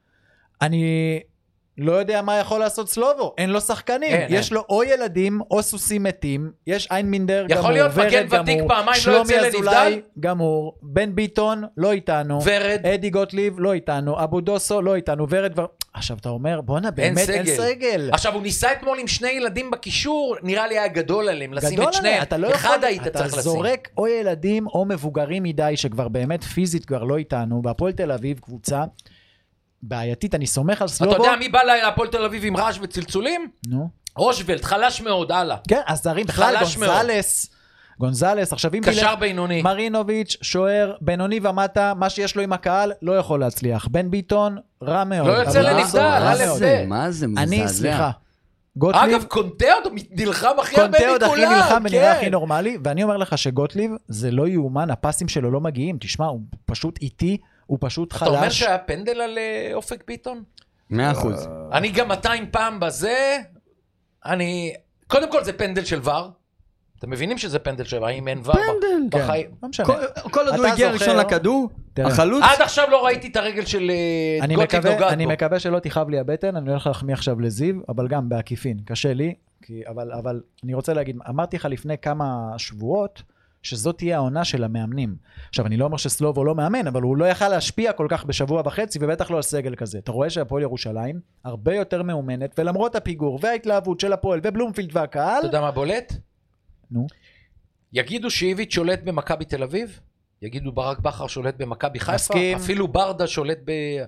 Speaker 2: אני לא יודע מה יכול לעשות סלובו, אין לו שחקנים.
Speaker 1: אין,
Speaker 2: יש
Speaker 1: אין.
Speaker 2: לו או ילדים או סוסים מתים, יש איינמינדר גמור,
Speaker 1: יכול להיות מגן
Speaker 2: ורד
Speaker 1: ותיק
Speaker 2: גמור,
Speaker 1: פעמיים, לא יוצא
Speaker 2: שלומי
Speaker 1: לנבדל?
Speaker 2: אזולאי גמור, בן ביטון לא איתנו,
Speaker 1: ורד.
Speaker 2: אדי גוטליב לא איתנו, אבו דוסו לא איתנו, ורד כבר... עכשיו אתה אומר, בואנה, באמת אין סגל.
Speaker 1: עכשיו הוא ניסה אתמול עם שני ילדים בקישור, נראה לי היה גדול עליהם, לשים
Speaker 2: גדול
Speaker 1: את שניהם.
Speaker 2: עליה, אתה לא
Speaker 1: אחד
Speaker 2: יכול,
Speaker 1: היית
Speaker 2: אתה
Speaker 1: צריך לשים.
Speaker 2: זורק או ילדים או מבוגרים מדי, שכבר באמת פיזית כבר לא איתנו, והפועל תל אביב קבוצה בעייתית, אני סומך על סלובו.
Speaker 1: אתה יודע מי בא להפועל תל אביב עם רעש וצלצולים?
Speaker 2: נו.
Speaker 1: רושבלד, חלש מאוד, הלאה.
Speaker 2: כן, אז זרים, בכלל
Speaker 1: חלש מאוד.
Speaker 2: גונזלס, גונזלס, עכשיו אם
Speaker 1: קשר
Speaker 2: תלך,
Speaker 1: בינוני.
Speaker 2: מרינוביץ', שוער, בינוני ומטה, מה שיש לו עם הקהל, לא יכול להצליח. בן ביטון, רע מאוד.
Speaker 1: לא יוצא
Speaker 2: אבל
Speaker 1: לנבדל,
Speaker 2: רע
Speaker 1: א'
Speaker 2: מאוד.
Speaker 1: זה.
Speaker 3: מה זה מזעזע?
Speaker 2: אני, סליחה, גוטליב,
Speaker 1: אגב, קונטה עוד נלחם הכי הרבה
Speaker 2: קונטה עוד הכי
Speaker 1: מכולם.
Speaker 2: נלחם ונראה
Speaker 1: כן.
Speaker 2: הכי נורמלי, ואני אומר לך שגוטליב, זה לא יאומן, הפסים שלו לא מגיעים, תשמע, הוא פשוט איטי, הוא פשוט
Speaker 1: אתה אומר
Speaker 2: חלש.
Speaker 1: שהיה פנדל על אה, אופק ביטון?
Speaker 3: מאה אחוז.
Speaker 1: אני גם מאתיים פעם בזה, אני... קודם כל זה פנדל של ור. אתם מבינים שזה פנדל של ור, אם אין ור
Speaker 3: פנדל,
Speaker 1: בחיים.
Speaker 2: לא משנה.
Speaker 3: כל- כל עוד הוא
Speaker 2: אתה
Speaker 3: הגיע
Speaker 2: זוכר-
Speaker 3: ראשון לכדור,
Speaker 2: תראה.
Speaker 3: החלוץ,
Speaker 1: עד עכשיו לא ראיתי את הרגל של אה,
Speaker 2: אני
Speaker 1: גוטליב
Speaker 2: מקווה,
Speaker 1: נוגעת
Speaker 2: אני
Speaker 1: בו.
Speaker 2: מקווה שלא תכאב לי הבטן, אני הולך להחמיא עכשיו לזיו, אבל גם בעקיפין, קשה לי, כי, אבל, אבל אני רוצה להגיד, אמרתי לך לפני כמה שבועות, שזאת תהיה העונה של המאמנים. עכשיו, אני לא אומר שסלובו לא מאמן, אבל הוא לא יכל להשפיע כל כך בשבוע וחצי, ובטח לא על סגל כזה. אתה רואה שהפועל ירושלים הרבה יותר מאומנת, ולמרות הפיגור וההתלהבות של הפועל ובלומפילד והקהל,
Speaker 1: אתה יודע מה בולט?
Speaker 2: נו,
Speaker 1: יגידו שאיביץ' שולט במכבי תל אביב, יגידו ברק בכר שולט במכבי חיפה,
Speaker 2: מסכים.
Speaker 1: אפילו ברדה שולט ב...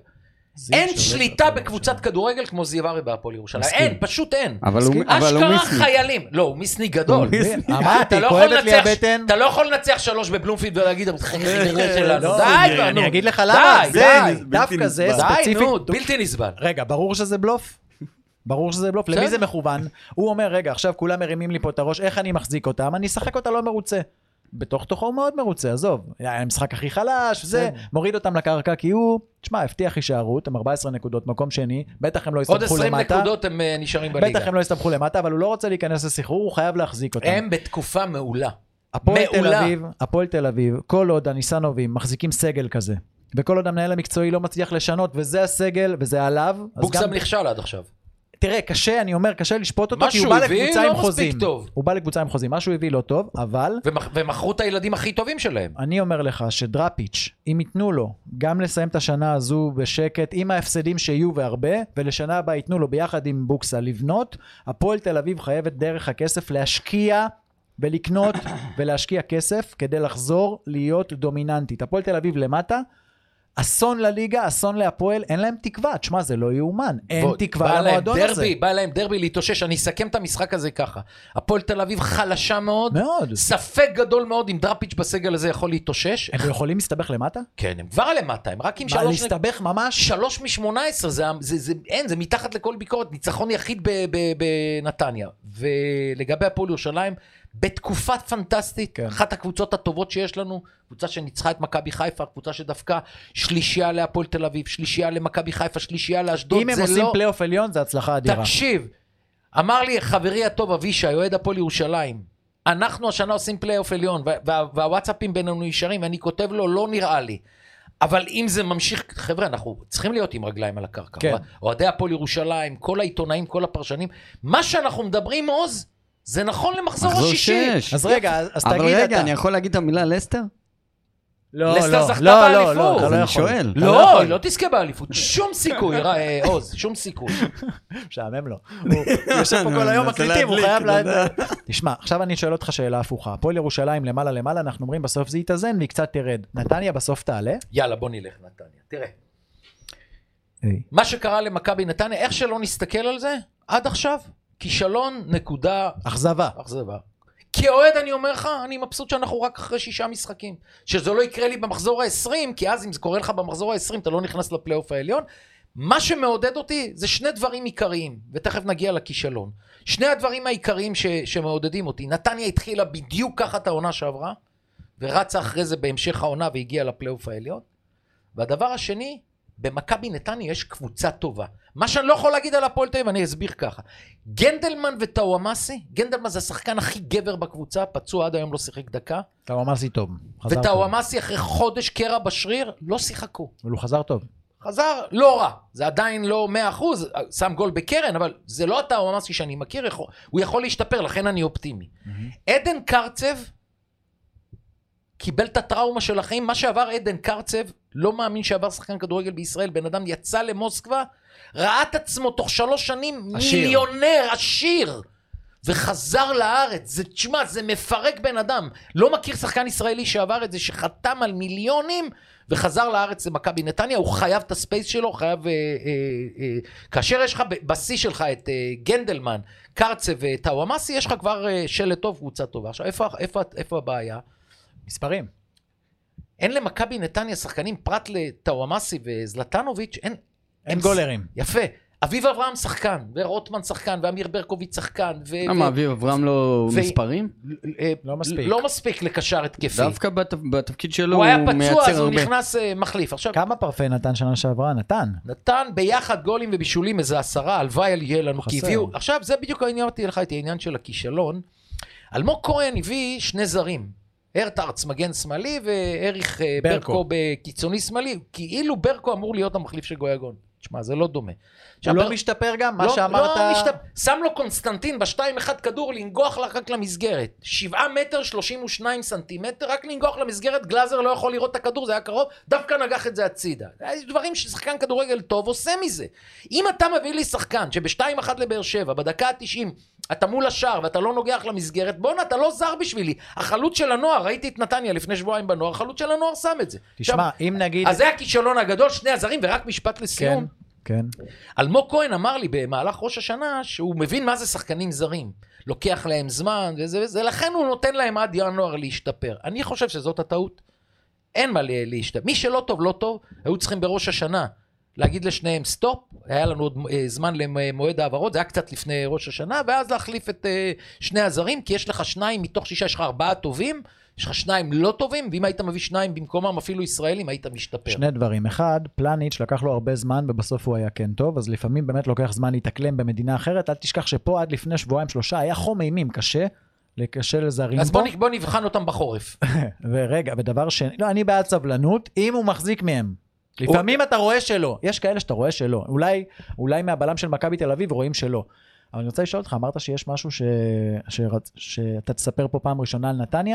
Speaker 1: אין שליטה בקבוצת כדורגל כמו זיו ארי בהפועל ירושלים. אין, פשוט אין.
Speaker 3: אבל הוא
Speaker 1: אשכרה
Speaker 3: מיסניק.
Speaker 1: חיילים. לא, הוא מיסניק גדול.
Speaker 2: אמרתי,
Speaker 1: אתה לא
Speaker 2: כואבת
Speaker 1: יכול
Speaker 2: לי
Speaker 1: לנצח-
Speaker 2: הבטן.
Speaker 1: אתה לא יכול לנצח שלוש בבלומפילד ולהגיד, שלנו.
Speaker 2: לא,
Speaker 1: די כבר,
Speaker 2: אני
Speaker 1: נו.
Speaker 2: אגיד לך למה,
Speaker 1: די,
Speaker 2: זה
Speaker 1: די.
Speaker 2: דווקא זה
Speaker 1: די,
Speaker 2: ספציפית.
Speaker 1: נו, בלתי נסבל.
Speaker 2: רגע, ברור שזה בלוף? ברור שזה בלוף. למי זה מכוון? הוא אומר, רגע, עכשיו כולם מרימים לי פה את הראש, איך אני מחזיק אותם? אני אשחק אותה לא מרוצה. בתוך תוכו הוא מאוד מרוצה, עזוב. המשחק הכי חלש, זה מוריד אותם לקרקע, כי הוא, תשמע, הבטיח הישארות, הם ארבע עשרה נקודות, מקום שני, בטח הם לא
Speaker 1: עוד
Speaker 2: יסתבכו
Speaker 1: עשרים
Speaker 2: למטה.
Speaker 1: נקודות הם אה, נשארים בליגה.
Speaker 2: בטח הם לא יסתבכו למטה, אבל הוא לא רוצה להיכנס לסחרור, הוא חייב להחזיק אותם.
Speaker 1: הם בתקופה מעולה.
Speaker 2: הפועל תל
Speaker 1: מעולה.
Speaker 2: אביב, הפועל תל אביב, כל עוד הניסנובים מחזיקים סגל כזה, וכל עוד המנהל המקצועי לא מצליח לשנות, וזה הסגל, וזה עליו, אז
Speaker 1: בוקסם
Speaker 2: גם,
Speaker 1: נכשל עד עכשיו.
Speaker 2: תראה, קשה, אני אומר, קשה לשפוט אותו,
Speaker 1: מה
Speaker 2: כי הוא
Speaker 1: שהוא
Speaker 2: בא
Speaker 1: הביא
Speaker 2: לקבוצה
Speaker 1: לא
Speaker 2: עם
Speaker 1: מספיק
Speaker 2: חוזים.
Speaker 1: טוב.
Speaker 2: הוא בא לקבוצה עם חוזים, מה שהוא הביא לא טוב, אבל
Speaker 1: ומכ- ומכרו את הילדים הכי טובים שלהם.
Speaker 2: אני אומר לך שדראפיץ', אם ייתנו לו גם לסיים את השנה הזו בשקט, עם ההפסדים שיהיו והרבה, ולשנה הבאה ייתנו לו ביחד עם בוקסה לבנות, הפועל תל אביב חייבת דרך הכסף להשקיע ולקנות ולהשקיע כסף כדי לחזור להיות דומיננטית. הפועל תל אביב למטה, אסון לליגה, אסון להפועל, אין להם תקווה, תשמע, זה לא יאומן, אין
Speaker 1: בוא,
Speaker 2: תקווה
Speaker 1: בא להם
Speaker 2: למועדון
Speaker 1: דרבי,
Speaker 2: הזה.
Speaker 1: בא להם דרבי להתאושש, אני אסכם את המשחק הזה ככה. הפועל תל אביב חלשה מאוד,
Speaker 2: מאוד.
Speaker 1: ספק גדול מאוד אם דראפיץ' בסגל הזה יכול להתאושש.
Speaker 2: הם יכולים להסתבך למטה?
Speaker 1: כן, הם כבר למטה, הם רק עם
Speaker 2: מה,
Speaker 1: שלוש...
Speaker 2: להסתבך ממש?
Speaker 1: שלוש משמונה עשרה, זה, זה, זה, אין, זה מתחת לכל ביקורת, ניצחון יחיד ב- ב- בנתניה. ולגבי הפועל ירושלים, בתקופה פנטסטית,
Speaker 2: כן.
Speaker 1: אחת הקבוצות הטובות שיש לנו, קבוצה שניצחה את מכבי חיפה, קבוצה שדווקא שלישייה להפועל תל אביב, שלישייה למכבי חיפה, שלישייה לאשדוד,
Speaker 2: אם הם
Speaker 1: זה
Speaker 2: עושים
Speaker 1: לא...
Speaker 2: פלייאוף עליון, זה הצלחה אדירה.
Speaker 1: תקשיב, אמר לי חברי הטוב אבישי, אוהד הפועל ירושלים, אנחנו השנה עושים פלייאוף עליון, וה- והוואטסאפים בינינו נשארים, ואני כותב לו, לא נראה לי. אבל אם זה ממשיך, חבר'ה, אנחנו צריכים להיות עם רגליים על הקרקע.
Speaker 2: כן.
Speaker 1: אוהדי הפועל ירושלים, כל העיתונאים, כל הפרשנים, מה שאנחנו מדברים, עוז, זה נכון למחזור
Speaker 3: מחזור
Speaker 1: השישי.
Speaker 3: שש.
Speaker 2: אז רגע, אז אז
Speaker 3: אבל
Speaker 2: תגיד אתה.
Speaker 3: רגע, אני יכול להגיד את המילה לסטר?
Speaker 2: לא,
Speaker 1: לסטר
Speaker 2: לא,
Speaker 1: זכתה
Speaker 2: לא,
Speaker 1: באליפות.
Speaker 2: לא, אתה לא
Speaker 3: אני
Speaker 2: יכול.
Speaker 3: שואל.
Speaker 2: אתה לא
Speaker 1: לא,
Speaker 2: יכול.
Speaker 1: היא לא תזכה באליפות, שום סיכוי, אה, עוז, שום סיכוי.
Speaker 2: משעמם לו. הוא יושב פה כל היום מקליטים, הוא חייב לה... תשמע, עכשיו אני שואל אותך שאלה הפוכה. הפועל ירושלים למעלה למעלה, אנחנו אומרים בסוף זה יתאזן והיא קצת תרד. נתניה בסוף תעלה?
Speaker 1: יאללה, בוא נלך נתניה. תראה,
Speaker 2: היי.
Speaker 1: מה שקרה למכבי נתניה, איך שלא נסתכל על זה, עד עכשיו, כישלון נקודה
Speaker 2: אכזבה.
Speaker 1: אכזבה. כאוהד אני אומר לך, אני מבסוט שאנחנו רק אחרי שישה משחקים. שזה לא יקרה לי במחזור ה-עשרים, כי אז אם זה קורה לך במחזור ה-עשרים, אתה לא נכנס לפלייאוף העליון. מה שמעודד אותי זה שני דברים עיקריים, ותכף נגיע לכישלון. שני הדברים העיקריים ש- שמעודדים אותי. נתניה התחילה בדיוק ככה את העונה שעברה, ורצה אחרי זה בהמשך העונה והגיעה לפלייאוף העליון. והדבר השני, במכבי נתניה יש קבוצה טובה. מה שאני לא יכול להגיד על הפועל תל אביב, אני אסביר ככה. גנדלמן וטאוואמאסי, גנדלמן זה השחקן הכי גבר בקבוצה, פצוע עד היום לא שיחק דקה,
Speaker 2: טאוואמאסי טוב. חזר טוב.
Speaker 1: וטאוואמאסי אחרי חודש קרע בשריר, לא שיחקו.
Speaker 2: אבל הוא חזר טוב.
Speaker 1: חזר לא רע, זה עדיין לא מאה אחוז, שם גול בקרן, אבל זה לא הטאוואמאסי שאני מכיר, יכול, הוא יכול להשתפר, לכן אני אופטימי. עדן קרצב קיבל את הטראומה של החיים, מה שעבר עדן קרצב, לא מאמין שעבר שחקן כדורגל בישראל, בן אדם יצא למוסקבה, ראה את עצמו תוך שלוש שנים
Speaker 2: עשיר.
Speaker 1: מיליונר, עשיר, וחזר לארץ. זה, תשמע, זה מפרק בן אדם. לא מכיר שחקן ישראלי שעבר את זה, שחתם על מיליונים, וחזר לארץ למכבי נתניה, הוא חייב את הספייס שלו, חייב... אה, אה, אה, כאשר יש לך בשיא שלך את אה, גנדלמן, קרצב וטאוואמאסי, יש לך כבר אה, שלט טוב, קבוצה טובה. עכשיו, איפה, איפה, איפה הבעיה?
Speaker 2: מספרים.
Speaker 1: אין למכבי נתניה שחקנים פרט לטאוואמאסי וזלטנוביץ', אין...
Speaker 2: אין
Speaker 1: הם-
Speaker 2: גולרים.
Speaker 1: יפה. אביב אברהם שחקן, ורוטמן שחקן, ואמיר ברקוביץ' שחקן, ו...
Speaker 3: למה, אביב אברהם לא
Speaker 1: ו-
Speaker 3: מספרים?
Speaker 1: אה,
Speaker 2: לא מספיק.
Speaker 1: לא מספיק לקשר התקפי.
Speaker 3: דווקא בת- בתפקיד שלו
Speaker 1: הוא
Speaker 3: הוא
Speaker 1: היה פצוע,
Speaker 3: מייצר
Speaker 1: אז הוא
Speaker 3: הרבה.
Speaker 1: נכנס אה, מחליף. עכשיו,
Speaker 2: כמה פרפי נתן שנה שעברה? נתן.
Speaker 1: נתן ביחד גולים ובישולים איזה עשרה, הלוואי יהיה לנו, כי
Speaker 2: חסר.
Speaker 1: הביאו... עכשיו, זה בדיוק העניין אותי לך, את העניין של הכישלון. אלמוג כהן הביא שני זרים. הרטארץ מגן שמאלי, ואריך אה,
Speaker 2: ברקו.
Speaker 1: ברקו בקיצוני שמאלי, כאילו ברקו אמור להיות המחליף של גויגון. תשמע, זה לא דומה.
Speaker 2: הוא לא משתפר גם, מה שאמרת...
Speaker 1: לא משתפר, שם לו קונסטנטין בשתיים אחד כדור לנגוח רק למסגרת. שבעה מטר שלושים ושניים סנטימטר, רק לנגוח למסגרת, גלאזר לא יכול לראות את הכדור, זה היה קרוב, דווקא נגח את זה הצידה. יש דברים ששחקן כדורגל טוב עושה מזה. אם אתה מביא לי שחקן שבשתיים אחד לבאר שבע, בדקה ה-תשעים, אתה מול השער ואתה לא נוגח למסגרת, בוא'נה, אתה לא זר בשבילי. החלוץ של הנוער, ראיתי את נתניה לפני שבועיים בנוער, החלוץ של הנוער שם את זה.
Speaker 2: תשמע,
Speaker 1: עכשיו,
Speaker 2: אם נגיד...
Speaker 1: אז זה הכישלון הגדול, שני הזרים, ורק משפט לסיום.
Speaker 2: כן.
Speaker 1: אלמוג כהן אמר לי במהלך ראש השנה שהוא מבין מה זה שחקנים זרים, לוקח להם זמן וזה וזה, לכן הוא נותן להם עד ינואר להשתפר. אני חושב שזאת הטעות, אין מה להשתפר. מי שלא טוב לא טוב, היו צריכים בראש השנה להגיד לשניהם סטופ, היה לנו עוד זמן למועד העברות, זה היה קצת לפני ראש השנה, ואז להחליף את שני הזרים, כי יש לך שניים מתוך שישה, יש לך ארבעה טובים, יש לך שניים לא טובים, ואם היית מביא שניים במקומם אפילו ישראלים, היית משתפר.
Speaker 2: שני דברים. אחד, פלניץ' לקח לו הרבה זמן, ובסוף הוא היה כן טוב, אז לפעמים באמת לוקח זמן להתאקלם במדינה אחרת, אל תשכח שפה עד לפני שבועיים שלושה, היה חום אימים, קשה, קשה לזרים
Speaker 1: אז
Speaker 2: פה.
Speaker 1: בוא, בוא נבחן אותם בחורף.
Speaker 2: ורגע, ודבר שני, לא, אני בעד סבלנות, אם הוא מחזיק מהם. לפעמים אתה רואה שלא, יש כאלה שאתה רואה שלא, אולי, אולי מהבלם של מכבי תל אביב רואים שלא. אבל אני רוצה לשאול אותך, אמרת שיש משהו ש... ש... שאתה תספר פה פעם ראשונה על נתניה?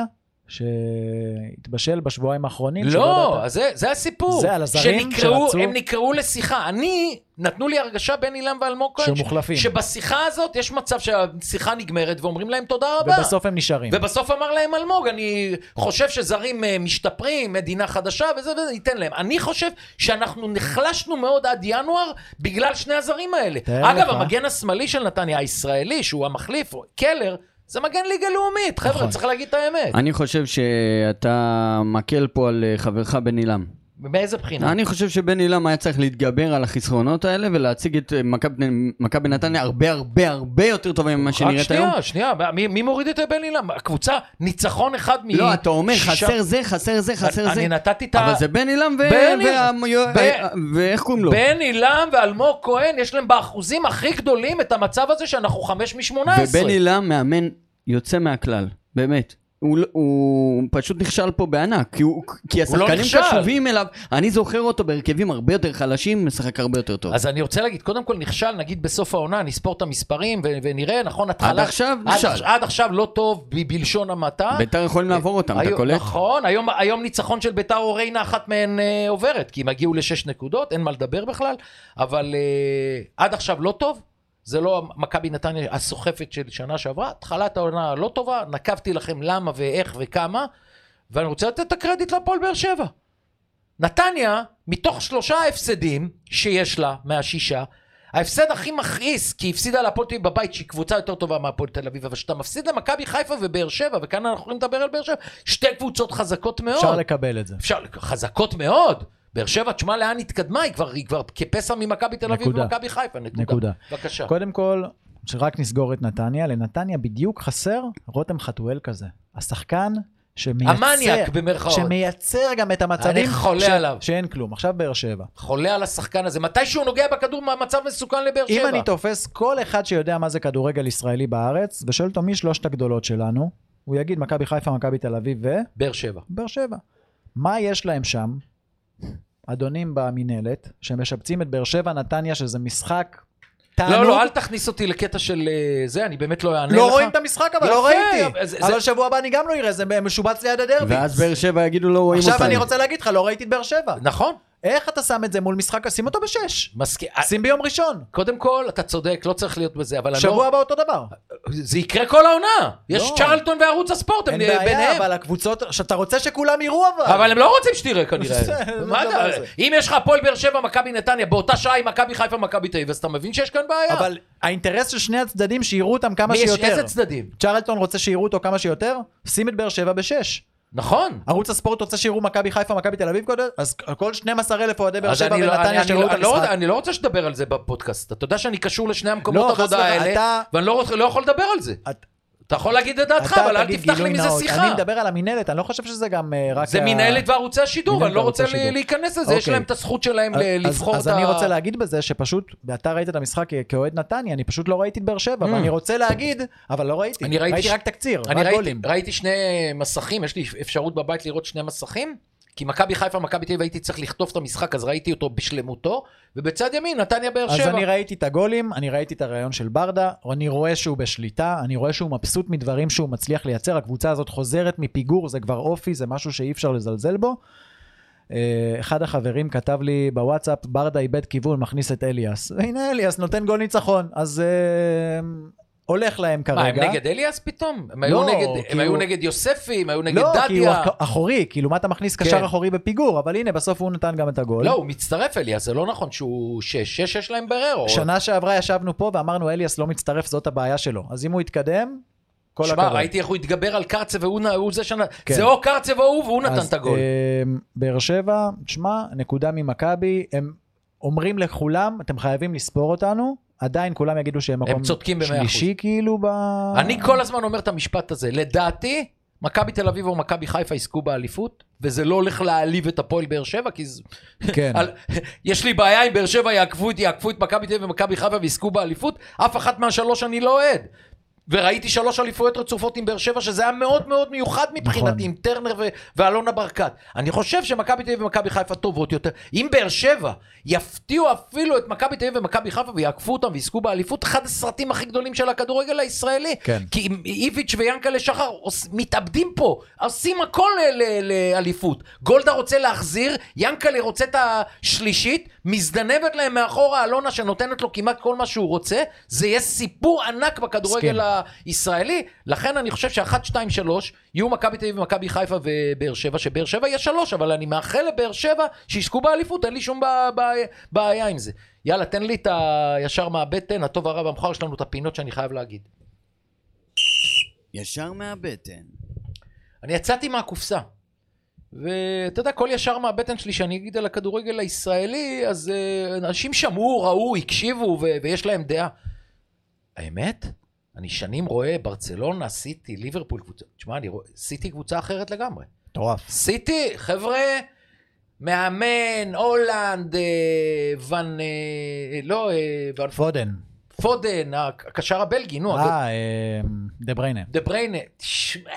Speaker 2: שהתבשל בשבועיים האחרונים?
Speaker 1: לא, זה, זה הסיפור.
Speaker 2: זה על הזרים
Speaker 1: שנקראו,
Speaker 2: שרצו...
Speaker 1: הם נקראו לשיחה. אני, נתנו לי הרגשה בן אילם ואלמוג כהן,
Speaker 2: שמוחלפים.
Speaker 1: שבשיחה הזאת יש מצב שהשיחה נגמרת ואומרים להם תודה רבה.
Speaker 2: ובסוף הם נשארים.
Speaker 1: ובסוף אמר להם אלמוג, אני חושב שזרים משתפרים, מדינה חדשה וזה וזה, ניתן להם. אני חושב שאנחנו נחלשנו מאוד עד ינואר בגלל שני הזרים האלה. אגב, לך. המגן השמאלי של נתניה, הישראלי, שהוא המחליף, קלר, זה מגן ליגה לאומית, חבר'ה, צריך להגיד את האמת.
Speaker 3: אני חושב שאתה מקל פה על חברך בן אילם.
Speaker 1: באיזה בחינה?
Speaker 3: אני חושב שבן אילם היה צריך להתגבר על החסרונות האלה, ולהציג את מכבי נתניה הרבה הרבה הרבה יותר טובה ממה שנראית היום.
Speaker 1: רק שנייה, שנייה, מי מוריד את בן אילם? הקבוצה, ניצחון אחד מ...
Speaker 3: לא, אתה אומר, חסר זה, חסר זה, חסר זה.
Speaker 1: אני נתתי את ה...
Speaker 3: אבל זה בן אילם ואיך קוראים לו?
Speaker 1: בן אילם ואלמוג כהן, יש להם באחוזים הכי גדולים את המצב הזה שאנחנו חמש משמונה עשרה.
Speaker 3: ובן אילם מאמן יוצא מהכלל, באמת. הוא, הוא פשוט נכשל פה בענק, כי, הוא, כי השחקנים
Speaker 1: לא
Speaker 3: קשובים אליו, אני זוכר אותו בהרכבים הרבה יותר חלשים, משחק הרבה יותר טוב.
Speaker 1: אז אני רוצה להגיד, קודם כל נכשל, נגיד בסוף העונה, נספור את המספרים ו- ונראה, נכון, התחלה...
Speaker 3: עד עכשיו נכשל.
Speaker 1: עד, עד עכשיו לא טוב ב- בלשון המעטה.
Speaker 3: ביתר יכולים לעבור אותם,
Speaker 1: היום,
Speaker 3: אתה קולט?
Speaker 1: נכון, היום, היום ניצחון של ביתר או ריינה, אחת מהן אה, עוברת, כי הם הגיעו לשש נקודות, אין מה לדבר בכלל, אבל אה, עד עכשיו לא טוב. זה לא מכבי נתניה הסוחפת של שנה שעברה, התחלת העונה לא טובה, נקבתי לכם למה ואיך וכמה, ואני רוצה לתת את הקרדיט לפועל באר שבע. נתניה, מתוך שלושה הפסדים שיש לה מהשישה, ההפסד הכי מכעיס, כי הפסידה להפועל תל אביב בבית, שהיא קבוצה יותר טובה מהפועל תל אביב, אבל שאתה מפסיד למכבי חיפה ובאר שבע, וכאן אנחנו יכולים לדבר על באר שבע, שתי קבוצות חזקות מאוד.
Speaker 2: אפשר לקבל את זה.
Speaker 1: אפשר, חזקות מאוד. באר שבע, תשמע לאן התקדמה, היא כבר, היא כבר כפסע ממכבי תל אביב ומכבי חיפה, נקודה.
Speaker 2: נקודה.
Speaker 1: בבקשה.
Speaker 2: קודם כל, שרק נסגור את נתניה, לנתניה בדיוק חסר רותם חתואל כזה. השחקן שמייצר,
Speaker 1: המניאק במרכאות.
Speaker 2: שמייצר גם את המצבים
Speaker 1: אני חולה
Speaker 2: ש...
Speaker 1: עליו.
Speaker 2: שאין כלום. עכשיו באר שבע.
Speaker 1: חולה על השחקן הזה. מתי שהוא נוגע בכדור, מצב מסוכן לבאר שבע.
Speaker 2: אם אני תופס כל אחד שיודע מה זה כדורגל ישראלי בארץ, ושואל אותו מי שלושת הגדולות שלנו, הוא יגיד מכבי חיפה, מכבי תל אביב ו...
Speaker 1: באר שבע.
Speaker 2: באר שבע. מה יש להם שם? אדונים במנהלת, שמשבצים את באר שבע נתניה, שזה משחק תענוג.
Speaker 1: לא, לא, אל תכניס אותי לקטע של זה, אני באמת לא אענה לך.
Speaker 2: לא רואים את המשחק, אבל לא ראיתי.
Speaker 1: אבל,
Speaker 2: אבל שבוע הבא אני גם לא אראה, זה משובץ ליד הדרבי.
Speaker 3: ואז באר שבע יגידו לא רואים אותנו.
Speaker 2: עכשיו אני רוצה להגיד לך, לא ראיתי את באר שבע.
Speaker 1: נכון.
Speaker 2: איך אתה שם את זה מול משחק? שים אותו בשש.
Speaker 1: מסכים.
Speaker 2: שים ביום ראשון.
Speaker 1: קודם כל, אתה צודק, לא צריך להיות בזה, אבל
Speaker 2: שבוע הבא אותו דבר.
Speaker 1: זה יקרה כל העונה. יש צ'רלטון וערוץ הספורט, הם ביניהם.
Speaker 2: אין בעיה, אבל הקבוצות, שאתה רוצה שכולם יראו אבל.
Speaker 1: אבל הם לא רוצים שתראה כנראה. אם יש לך הפועל באר שבע, מכבי נתניה, באותה שעה עם מכבי חיפה, מכבי תל אביב, אז אתה מבין שיש כאן בעיה.
Speaker 2: אבל האינטרס של שני הצדדים שיראו אותם כמה שיותר.
Speaker 1: איזה צדדים?
Speaker 2: צ'רלטון רוצה שיראו אותו כמה שיותר, שים את באר שבע בשש.
Speaker 1: נכון.
Speaker 2: ערוץ הספורט רוצה שיראו מכבי חיפה, מכבי תל אביב קודם, אז כל שנים עשר אלף אוהדי באר שבע ונתניה שיראו את המשחק.
Speaker 1: אני לא רוצה שתדבר על זה בפודקאסט. אתה יודע שאני קשור לשני המקומות עבודה האלה, ואני לא יכול לדבר על זה. אתה יכול להגיד את דעתך, אבל אל תפתח לי מזה שיחה.
Speaker 2: אני מדבר על המנהלת, אני לא חושב שזה גם רק...
Speaker 1: זה מנהלת וערוצי השידור, אני לא רוצה להיכנס לזה, יש להם את הזכות שלהם לבחור את ה...
Speaker 2: אז אני רוצה להגיד בזה שפשוט, אתה ראית את המשחק כאוהד נתניה, אני פשוט לא ראיתי את באר שבע, ואני רוצה להגיד, אבל לא ראיתי. ראיתי רק תקציר, רק גולים.
Speaker 1: ראיתי שני מסכים, יש לי אפשרות בבית לראות שני מסכים, כי מכבי חיפה, מכבי תל אביב הייתי צריך לכתוב את המשחק, אז ראיתי אותו בשלמותו, ובצד ימין נתניה באר שבע.
Speaker 2: אז אני ראיתי את הגולים, אני ראיתי את הרעיון של ברדה, אני רואה שהוא בשליטה, אני רואה שהוא מבסוט מדברים שהוא מצליח לייצר, הקבוצה הזאת חוזרת מפיגור, זה כבר אופי, זה משהו שאי אפשר לזלזל בו. אחד החברים כתב לי בוואטסאפ, ברדה איבד כיוון, מכניס את אליאס. והנה אליאס נותן גול ניצחון, אז הולך להם כרגע.
Speaker 1: מה, הם נגד אליאס פתאום? הם היו נגד, הם היו נגד יוספי, הם היו נגד דדיה.
Speaker 2: לא, כי הוא אחורי, כאילו מה אתה מכניס קשר אחורי בפיגור, אבל הנה בסוף הוא נתן גם את הגול.
Speaker 1: לא, הוא מצטרף אליאס, זה לא נכון שהוא שש, שש יש להם ברר.
Speaker 2: שנה שעברה ישבנו פה ואמרנו אליאס לא מצטרף, זאת הבעיה שלו. אז אם הוא יתקדם, כל הכבוד.
Speaker 1: שמע, ראיתי איך הוא התגבר על קרצה והוא זה שנה, זה או קרצה והוא והוא נתן את הגול.
Speaker 2: באר שבע, שמע, נקודה ממכבי, הם אומרים לכולם, אתם חייבים לספור אותנו, עדיין כולם יגידו שהם מקום שלישי כאילו ב...
Speaker 1: אני כל הזמן אומר את המשפט הזה, לדעתי, מכבי תל אביב או מכבי חיפה יזכו באליפות, וזה לא הולך להעליב את הפועל באר שבע, כי
Speaker 2: כן.
Speaker 1: יש לי בעיה עם באר שבע יעקפו את יעקפו את מכבי תל אביב ומכבי חיפה ויזכו באליפות, אף אחת מהשלוש אני לא אוהד. וראיתי שלוש אליפויות רצופות עם באר שבע, שזה היה מאוד מאוד מיוחד מבחינתי, עם טרנר ו- ואלונה ברקת. אני חושב שמכבי תל אביב ומכבי חיפה טובות יותר. אם באר שבע יפתיעו אפילו את מכבי תל אביב ומכבי חיפה ויעקפו אותם ויזכו באליפות, אחד הסרטים הכי גדולים של הכדורגל הישראלי.
Speaker 2: כן.
Speaker 1: כי איביץ' ויאנקלה שחר מתאבדים פה, עושים הכל לאליפות. גולדה רוצה להחזיר, יאנקלה רוצה את השלישית, מזדנבת להם מאחורה אלונה שנותנת לו כמעט כל מה שהוא רוצה, זה יהיה סיפור ענק בכדורגל הישראלי, לכן אני חושב שאחת, שתיים, שלוש, יהיו מכבי תל אביב ומכבי חיפה ובאר שבע, שבאר שבע יהיה שלוש, אבל אני מאחל לבאר שבע שישקו באליפות, אין לי שום בעיה עם זה. יאללה, תן לי את הישר מהבטן, הטוב הרע והמכוער, יש לנו את הפינות שאני חייב להגיד.
Speaker 3: ישר מהבטן.
Speaker 1: אני יצאתי מהקופסה. ואתה יודע, כל ישר מהבטן שלי שאני אגיד על הכדורגל הישראלי, אז אנשים שמעו, ראו, הקשיבו ו- ויש להם דעה. האמת? אני שנים רואה ברצלונה, סיטי, ליברפול, קבוצה. תשמע, אני רואה, סיטי קבוצה אחרת לגמרי.
Speaker 2: טורף.
Speaker 1: סיטי, חבר'ה, מאמן, הולנד, אה, ון, אה, לא, אה, ון...
Speaker 2: פודן.
Speaker 1: פודן, הקשר הבלגי, נו.
Speaker 2: אה, דה בריינה.
Speaker 1: דה בריינה. תשמע,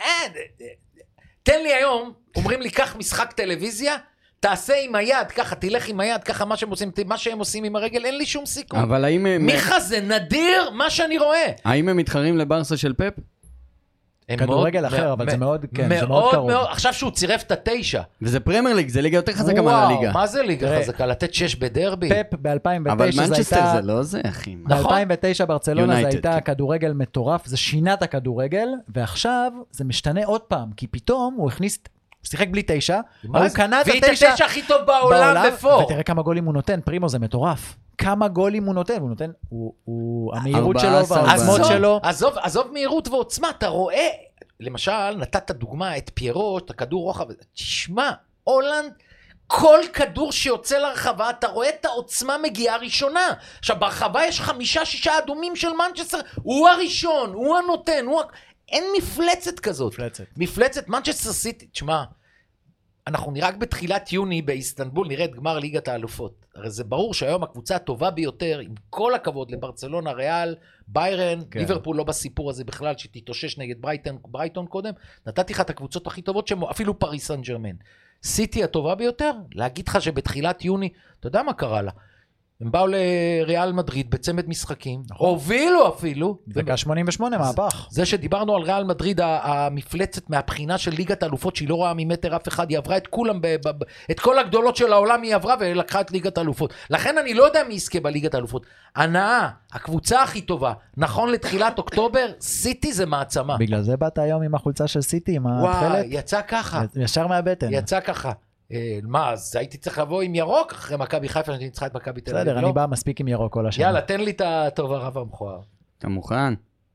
Speaker 1: תן לי היום, אומרים לי, קח משחק טלוויזיה, תעשה עם היד, ככה, תלך עם היד, ככה מה שהם עושים, מה שהם עושים עם הרגל, אין לי שום סיכוי.
Speaker 3: אבל האם הם...
Speaker 1: מיכה, זה נדיר מה שאני רואה.
Speaker 3: האם הם מתחרים לברסה של פפ?
Speaker 2: כדורגל אחר, אבל זה מאוד, כן, זה מאוד קרוב.
Speaker 1: עכשיו שהוא צירף את התשע.
Speaker 3: וזה פרמייר ליג, זה ליגה יותר חזקה מהליגה.
Speaker 1: וואו, מה זה ליגה חזקה? לתת שש בדרבי?
Speaker 2: פפ ב-אלפיים ותשע
Speaker 3: אבל
Speaker 2: זה הייתה...
Speaker 3: מנצ'סטר זה לא זה, אחי.
Speaker 2: ב-אלפיים ותשע ברצלונה זה הייתה כדורגל מטורף, זה שינה את הכדורגל, ועכשיו זה משתנה עוד פעם, כי פתאום הוא הכניס... הוא שיחק בלי תשע, הוא קנה את התשע...
Speaker 1: והיא תשע הכי טוב בעולם בפור.
Speaker 2: ותראה כמה גולים הוא נותן, פרימו זה מטורף. כמה גולים הוא נותן, הוא נותן, הוא... המהירות שלו והעוצמות שלו.
Speaker 1: עזוב, עזוב מהירות ועוצמה, אתה רואה, למשל, נתת דוגמה את פיירו, את הכדור רוחב, תשמע, הולנד, כל כדור שיוצא לרחבה, אתה רואה את העוצמה מגיעה ראשונה. עכשיו, ברחבה יש חמישה, שישה אדומים של מנצ'סטר, הוא הראשון, הוא הנותן, הוא... אין מפלצת כזאת.
Speaker 2: מפלצת.
Speaker 1: מפלצת, מנצ'סטר סיטי, תשמע, אנחנו נראה רק בתחילת יוני באיסטנבול, נראה את גמר ליגת האלופות. הרי זה ברור שהיום הקבוצה הטובה ביותר, עם כל הכבוד לברצלונה, ריאל, ביירן, כן. ליברפול לא בסיפור הזה בכלל, שתתאושש נגד ברייטון, ברייטון קודם, נתתי לך את הקבוצות הכי טובות, שמו, אפילו פריס סן ז'רמן. סיטי הטובה ביותר, להגיד לך שבתחילת יוני, אתה יודע מה קרה לה? הם באו לריאל מדריד בצמד משחקים, הובילו אפילו.
Speaker 2: דקה שמונים ושמונה, מהפך.
Speaker 1: זה שדיברנו על ריאל מדריד, המפלצת מהבחינה של ליגת האלופות, שהיא לא רואה ממטר אף אחד, היא עברה את כולם, את כל הגדולות של העולם היא עברה, ולקחה את ליגת האלופות. לכן אני לא יודע מי יזכה בליגת האלופות. הנאה, הקבוצה הכי טובה, נכון לתחילת אוקטובר, סיטי זה מעצמה.
Speaker 2: בגלל זה באת היום עם החולצה של סיטי, עם התחלת?
Speaker 1: וואי, יצא ככה.
Speaker 2: ישר מהבטן.
Speaker 1: יצא ככה. מה, אז הייתי צריך לבוא עם ירוק אחרי מכבי חיפה, אני צריכה את מכבי תל אביב.
Speaker 2: בסדר, אני בא מספיק עם ירוק כל השנה.
Speaker 1: יאללה, תן לי את הטוב הרע והמכוער.
Speaker 3: אתה מוכן?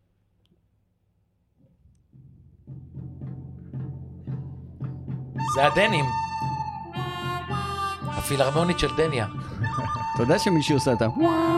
Speaker 1: זה הדנים. הפילהרמונית של דניה.
Speaker 3: אתה יודע שמישהי עושה את ה...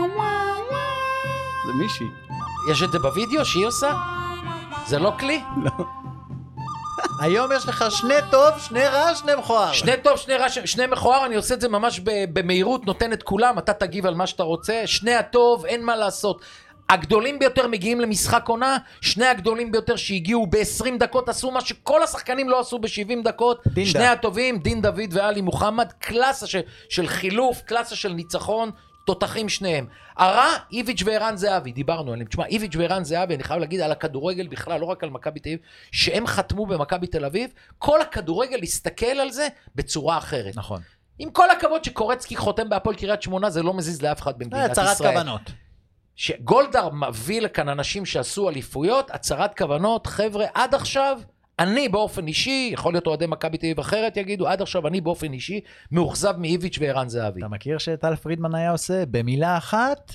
Speaker 3: זה מישהי.
Speaker 1: יש את זה בווידאו שהיא עושה? זה לא כלי?
Speaker 3: לא.
Speaker 2: היום יש לך שני טוב, שני רע, שני מכוער.
Speaker 1: שני טוב, שני רע, שני מכוער, אני עושה את זה ממש במהירות, נותן את כולם, אתה תגיב על מה שאתה רוצה, שני הטוב, אין מה לעשות. הגדולים ביותר מגיעים למשחק עונה, שני הגדולים ביותר שהגיעו ב-עשרים דקות עשו מה שכל השחקנים לא עשו ב-שבעים דקות,
Speaker 2: דינדה.
Speaker 1: שני הטובים, דין דוד ואלי מוחמד, קלאסה של, של חילוף, קלאסה של ניצחון, תותחים שניהם. הרע, איביץ' וערן זהבי, דיברנו עליהם. תשמע, איביץ' וערן זהבי, אני חייב להגיד על הכדורגל בכלל, לא רק על מכבי תל אביב, שהם חתמו במכבי תל אביב, כל הכדורגל להסתכל על זה בצורה אחרת.
Speaker 2: נכון.
Speaker 1: עם כל הכבוד שקורצקי חותם בהפועל קריית שמונה, זה לא מזיז לאף אחד במדינת ישראל.
Speaker 2: הצהרת כוונות.
Speaker 1: שגולדהר מביא לכאן אנשים שעשו אליפויות, הצהרת כוונות, חבר'ה, עד עכשיו, אני באופן אישי, יכול להיות אוהדי מכבי תל אביב אחרת יגידו, עד עכשיו אני באופן אישי, מאוכזב מאיביץ' וערן זהבי.
Speaker 2: אתה מכיר שטל פרידמן היה עושה במילה אחת?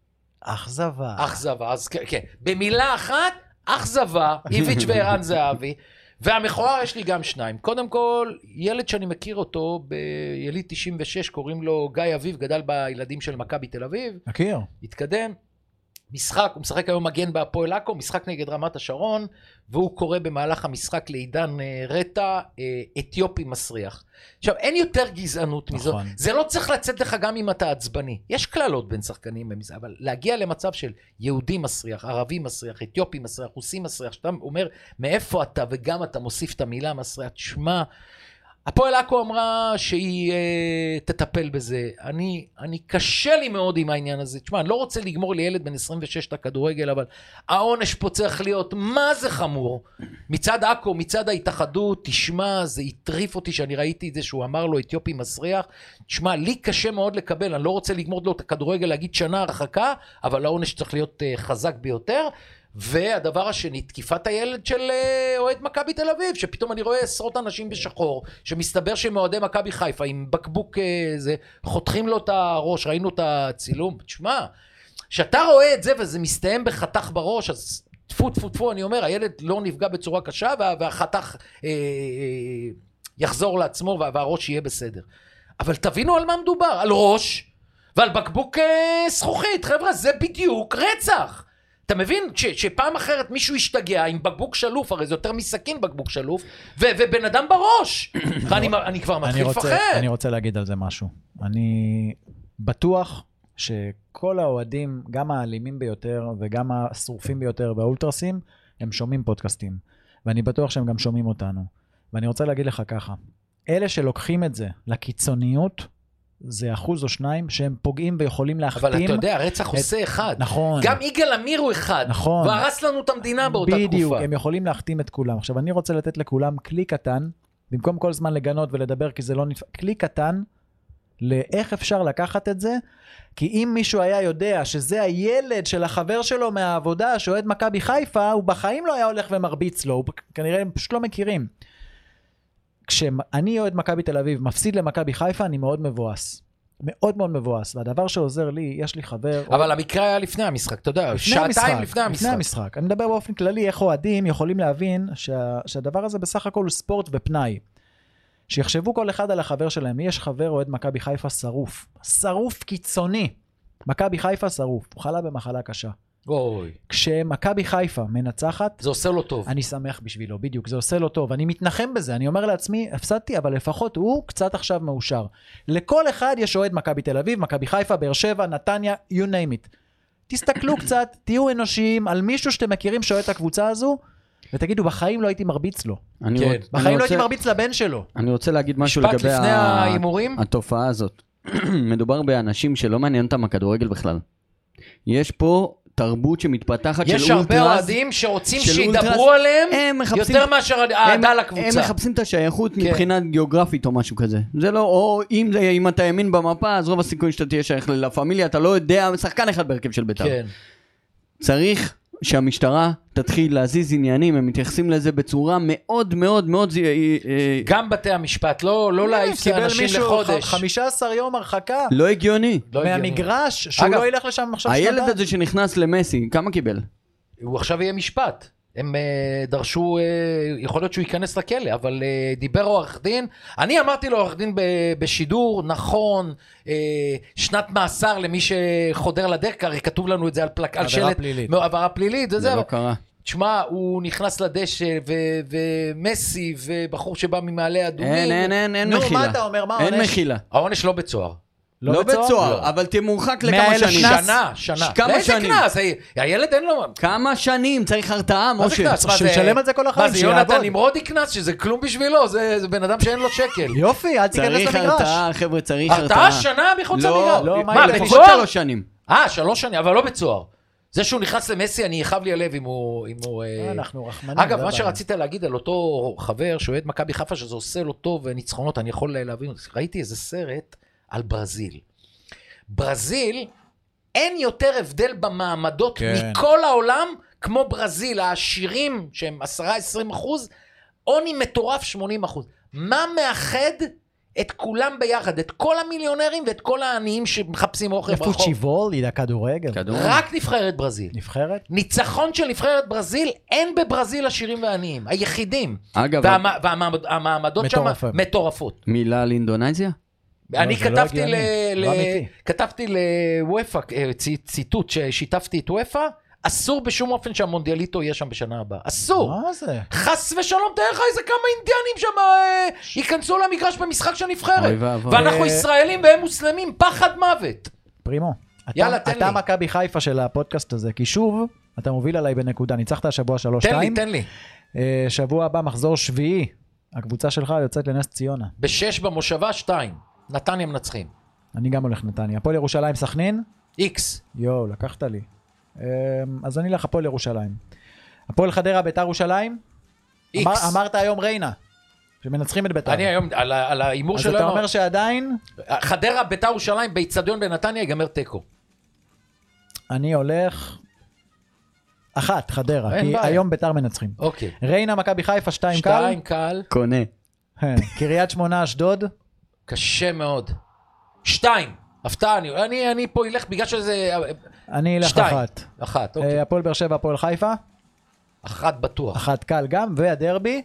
Speaker 2: אכזבה.
Speaker 1: אכזבה, אז כן, במילה אחת, אכזבה, איביץ' וערן זהבי, והמכוער יש לי גם שניים. קודם כל, ילד שאני מכיר אותו, ביליד תשעים ושש, קוראים לו גיא אביב, גדל בילדים של מכבי תל אביב.
Speaker 2: מכיר.
Speaker 1: התקדם. משחק, הוא משחק היום מגן בהפועל עכו, משחק נגד רמת השרון, והוא קורא במהלך המשחק לעידן רטה, אתיופי מסריח. עכשיו, אין יותר גזענות מזו.
Speaker 2: נכון.
Speaker 1: זה לא צריך לצאת לך גם אם אתה עצבני. יש כללות בין שחקנים, אבל להגיע למצב של יהודי מסריח, ערבי מסריח, אתיופי מסריח, רוסי מסריח, שאתה אומר מאיפה אתה וגם אתה מוסיף את המילה מסריח, תשמע, הפועל עכו אמרה שהיא אה, תטפל בזה. אני, אני קשה לי מאוד עם העניין הזה. תשמע, אני לא רוצה לגמור לילד בן עשרים ושש את הכדורגל, אבל העונש פה צריך להיות, מה זה חמור? מצד עכו, מצד ההתאחדות, תשמע, זה הטריף אותי שאני ראיתי את זה שהוא אמר לו אתיופי מסריח. תשמע, לי קשה מאוד לקבל, אני לא רוצה לגמור לו את הכדורגל, להגיד שנה הרחקה, אבל העונש צריך להיות אה, חזק ביותר. והדבר השני, תקיפת הילד של אוהד מכבי תל אביב, שפתאום אני רואה עשרות אנשים בשחור, שמסתבר שמאוהדי מכבי חיפה, עם בקבוק זה, חותכים לו את הראש, ראינו את הצילום, תשמע, שאתה רואה את זה וזה מסתיים בחתך בראש, אז תפו תפו תפו, אני אומר, הילד לא נפגע בצורה קשה, והחתך אה, אה, יחזור לעצמו, והראש יהיה בסדר. אבל תבינו על מה מדובר, על ראש, ועל בקבוק אה, זכוכית, חבר'ה, זה בדיוק רצח. אתה מבין? ש, שפעם אחרת מישהו ישתגע עם בקבוק שלוף, הרי זה יותר מסכין בקבוק שלוף, ו, ובן אדם בראש. ואני אני כבר מתחיל לפחד.
Speaker 2: אני רוצה להגיד על זה משהו. אני בטוח שכל האוהדים, גם האלימים ביותר וגם השרופים ביותר באולטרסים, הם שומעים פודקאסטים. ואני בטוח שהם גם שומעים אותנו. ואני רוצה להגיד לך ככה, אלה שלוקחים את זה לקיצוניות, זה אחוז או שניים שהם פוגעים ויכולים להחתים.
Speaker 1: אבל אתה יודע, הרצח את... עושה אחד.
Speaker 2: נכון.
Speaker 1: גם יגאל אמיר הוא אחד.
Speaker 2: נכון.
Speaker 1: והרס לנו את המדינה באותה
Speaker 2: בדיוק,
Speaker 1: תקופה.
Speaker 2: בדיוק, הם יכולים להחתים את כולם. עכשיו, אני רוצה לתת לכולם כלי קטן, במקום כל זמן לגנות ולדבר, כי זה לא נתפ... כלי קטן, לאיך אפשר לקחת את זה, כי אם מישהו היה יודע שזה הילד של החבר שלו מהעבודה, שאוהד מכבי חיפה, הוא בחיים לא היה הולך ומרביץ לו, הוא... כנראה הם פשוט לא מכירים. כשאני אוהד מכבי תל אביב, מפסיד למכבי חיפה, אני מאוד מבואס. מאוד מאוד מבואס. והדבר שעוזר לי, יש לי חבר...
Speaker 1: אבל המקרה היה לפני המשחק, אתה יודע, שעתיים לפני המשחק.
Speaker 2: לפני המשחק. אני מדבר באופן כללי, איך אוהדים יכולים להבין שה, שהדבר הזה בסך הכל הוא ספורט ופנאי. שיחשבו כל אחד על החבר שלהם. יש חבר אוהד מכבי חיפה שרוף. שרוף קיצוני. מכבי חיפה שרוף. הוא חלה במחלה קשה.
Speaker 1: אוי.
Speaker 2: כשמכבי חיפה מנצחת,
Speaker 1: זה עושה לו טוב.
Speaker 2: אני שמח בשבילו, בדיוק, זה עושה לו טוב. אני מתנחם בזה, אני אומר לעצמי, הפסדתי, אבל לפחות הוא קצת עכשיו מאושר. לכל אחד יש אוהד מכבי תל אביב, מכבי חיפה, באר שבע, נתניה, you name it. תסתכלו קצת, תהיו אנושיים על מישהו שאתם מכירים שאוהד את הקבוצה הזו, ותגידו, בחיים לא הייתי מרביץ לו.
Speaker 3: אני
Speaker 1: כן.
Speaker 3: רוצ...
Speaker 2: בחיים
Speaker 3: אני
Speaker 2: לא
Speaker 3: רוצה...
Speaker 2: הייתי מרביץ לבן שלו.
Speaker 3: אני רוצה להגיד משהו
Speaker 1: משפט
Speaker 3: לגבי
Speaker 1: לפני
Speaker 3: ה...
Speaker 1: האימורים?
Speaker 3: התופעה הזאת. מדובר באנשים שלא מעניין אותם הכדורגל בכלל. יש פה תרבות שמתפתחת של אולטרס.
Speaker 1: יש הרבה אוהדים שרוצים שידברו עליהם יותר מאשר העדה לקבוצה.
Speaker 3: הם מחפשים את השייכות מבחינה גיאוגרפית או משהו כזה. זה לא, או אם זה, אם אתה ימין במפה, אז רוב הסיכוי שאתה תהיה שייך לפמיליה, אתה לא יודע, שחקן אחד בהרכב של בית"ר.
Speaker 1: כן.
Speaker 3: צריך שהמשטרה תתחיל להזיז עניינים, הם מתייחסים לזה בצורה מאוד מאוד מאוד...
Speaker 1: גם בתי המשפט, לא להעיף אנשים לחודש.
Speaker 2: חמישה עשר יום הרחקה.
Speaker 3: לא הגיוני.
Speaker 2: מהמגרש, שהוא לא ילך לשם עכשיו שנתיים.
Speaker 3: הילד הזה שנכנס למסי, כמה קיבל?
Speaker 1: הוא עכשיו יהיה משפט. הם דרשו, יכול להיות שהוא ייכנס לכלא, אבל דיבר עורך דין, אני אמרתי לו עורך דין בשידור, נכון, שנת מאסר למי שחודר לדרך, הרי כתוב לנו את זה על פלקל שלט, עברה פלילית,
Speaker 3: זה לא קרה.
Speaker 1: תשמע, הוא נכנס לדשא, ומסי, ובחור שבא ממעלה אדומים.
Speaker 3: אין, אין, אין, אין מחילה.
Speaker 2: נו, מה אתה אומר, מה העונש?
Speaker 3: אין מחילה.
Speaker 1: העונש לא בצוהר.
Speaker 3: לא בצוהר, אבל תהיה מורחק לכמה שנים.
Speaker 1: שנה, שנה.
Speaker 3: כמה שנים?
Speaker 1: לאיזה קנס? הילד אין לו...
Speaker 3: כמה שנים? צריך הרתעה,
Speaker 1: מה זה
Speaker 3: משה.
Speaker 1: קנס? מה זה-
Speaker 2: שישלם את זה כל החיים,
Speaker 1: מה זה
Speaker 2: שיעבוד.
Speaker 1: יונתן נמרודי קנס? שזה כלום בשבילו, זה זה בן אדם שאין לו שקל.
Speaker 2: יופי, אל תיכנס
Speaker 3: צריך
Speaker 2: למגרש.
Speaker 3: הרתעה, חבר'ה, צריך הרתעה.
Speaker 1: הרתעה שנה מחוץ
Speaker 3: לא,
Speaker 1: למגרש.
Speaker 2: לא, מה
Speaker 1: מה,
Speaker 2: ילד?
Speaker 3: לפחות
Speaker 1: בצוהר?
Speaker 3: שלוש שנים.
Speaker 1: אה, שלוש שנים, אבל לא בצוהר. זה שהוא נכנס למסי, אני יכאב לי הלב אם הוא... אם הוא, אה,
Speaker 2: אנחנו רחמנים.
Speaker 1: אגב,
Speaker 2: זה
Speaker 1: מה
Speaker 2: הבעיה.
Speaker 1: שרצית להגיד על אותו חבר שאוהד מכבי חיפה, שזה עושה לו טוב וניצחונות, אני יכול להבין, ראיתי איזה סרט על ברזיל. ברזיל, אין יותר הבדל במעמדות
Speaker 2: כן.
Speaker 1: מכל העולם, כמו ברזיל, העשירים שהם עשרה עשרים אחוז, עוני מטורף שמונים אחוז. מה מאחד את כולם ביחד, את כל המיליונרים ואת כל העניים שמחפשים אוכל ברחוב?
Speaker 2: פוצ'יבול, לידה כדורגל.
Speaker 3: כדורגל.
Speaker 1: רק נבחרת ברזיל.
Speaker 2: נבחרת?
Speaker 1: ניצחון של נבחרת ברזיל, אין בברזיל עשירים ועניים, היחידים.
Speaker 3: אגב,
Speaker 1: והמעמדות שם
Speaker 2: מטורפות.
Speaker 1: מטורפות.
Speaker 3: מילה על אינדונזיה?
Speaker 1: אני
Speaker 2: זה לא
Speaker 1: כתבתי
Speaker 2: הגיוני,
Speaker 1: ל...
Speaker 2: לא
Speaker 1: ל-
Speaker 2: אמיתי.
Speaker 1: כתבתי לוופא, ציטוט ששיתפתי את וופא, אסור בשום אופן שהמונדיאליטו יהיה שם בשנה הבאה. אסור.
Speaker 2: מה זה?
Speaker 1: חס ושלום, תאר לך איזה כמה אינדיאנים שם אה, ייכנסו למגרש במשחק של נבחרת.
Speaker 3: אוי ואבוי.
Speaker 1: ואנחנו
Speaker 2: אה,
Speaker 1: ישראלים והם מוסלמים, פחד מוות.
Speaker 2: פרימו. אתה-
Speaker 1: יאללה, תן
Speaker 2: אתה
Speaker 1: לי.
Speaker 2: מכבי חיפה של הפודקאסט הזה, כי שוב, אתה מוביל עליי בנקודה. ניצחת השבוע שלוש
Speaker 1: תן לי,
Speaker 2: שתיים.
Speaker 1: תן לי.
Speaker 2: אה, שבוע הבא, מחזור שביעי. הקבוצה שלך יוצאת לנס ציונה.
Speaker 1: בשש במושבה, שתיים. נתניה מנצחים.
Speaker 2: אני גם הולך נתניה. הפועל ירושלים סכנין?
Speaker 1: איקס.
Speaker 2: יואו, לקחת לי. אה, אז אני אלך הפועל ירושלים. הפועל חדרה, ביתר ירושלים? אמר,
Speaker 1: איקס.
Speaker 2: אמרת היום ריינה, שמנצחים את ביתר.
Speaker 1: אני היום, על ה- על ההימור
Speaker 2: אז
Speaker 1: שלנו,
Speaker 2: אתה אומר שעדיין,
Speaker 1: חדרה, ביתר ירושלים, באיצטדיון בנתניה, ייגמר תיקו.
Speaker 2: אני הולך אחת, חדרה,
Speaker 1: אין
Speaker 2: כי
Speaker 1: בעיה.
Speaker 2: היום ביתר מנצחים.
Speaker 1: אוקיי.
Speaker 2: ריינה, מכבי חיפה, שתיים קל.
Speaker 1: שתיים קל.
Speaker 3: קונה.
Speaker 2: כן. קריית שמונה, אשדוד.
Speaker 1: קשה מאוד. שתיים. הפתעה, אני, אני, אני פה אלך בגלל שזה...
Speaker 2: אני אלך
Speaker 1: שתיים.
Speaker 2: אחת.
Speaker 1: אחת, אוקיי.
Speaker 2: אה, הפועל באר שבע, הפועל חיפה.
Speaker 1: אחת בטוח.
Speaker 2: אחת קל גם, והדרבי,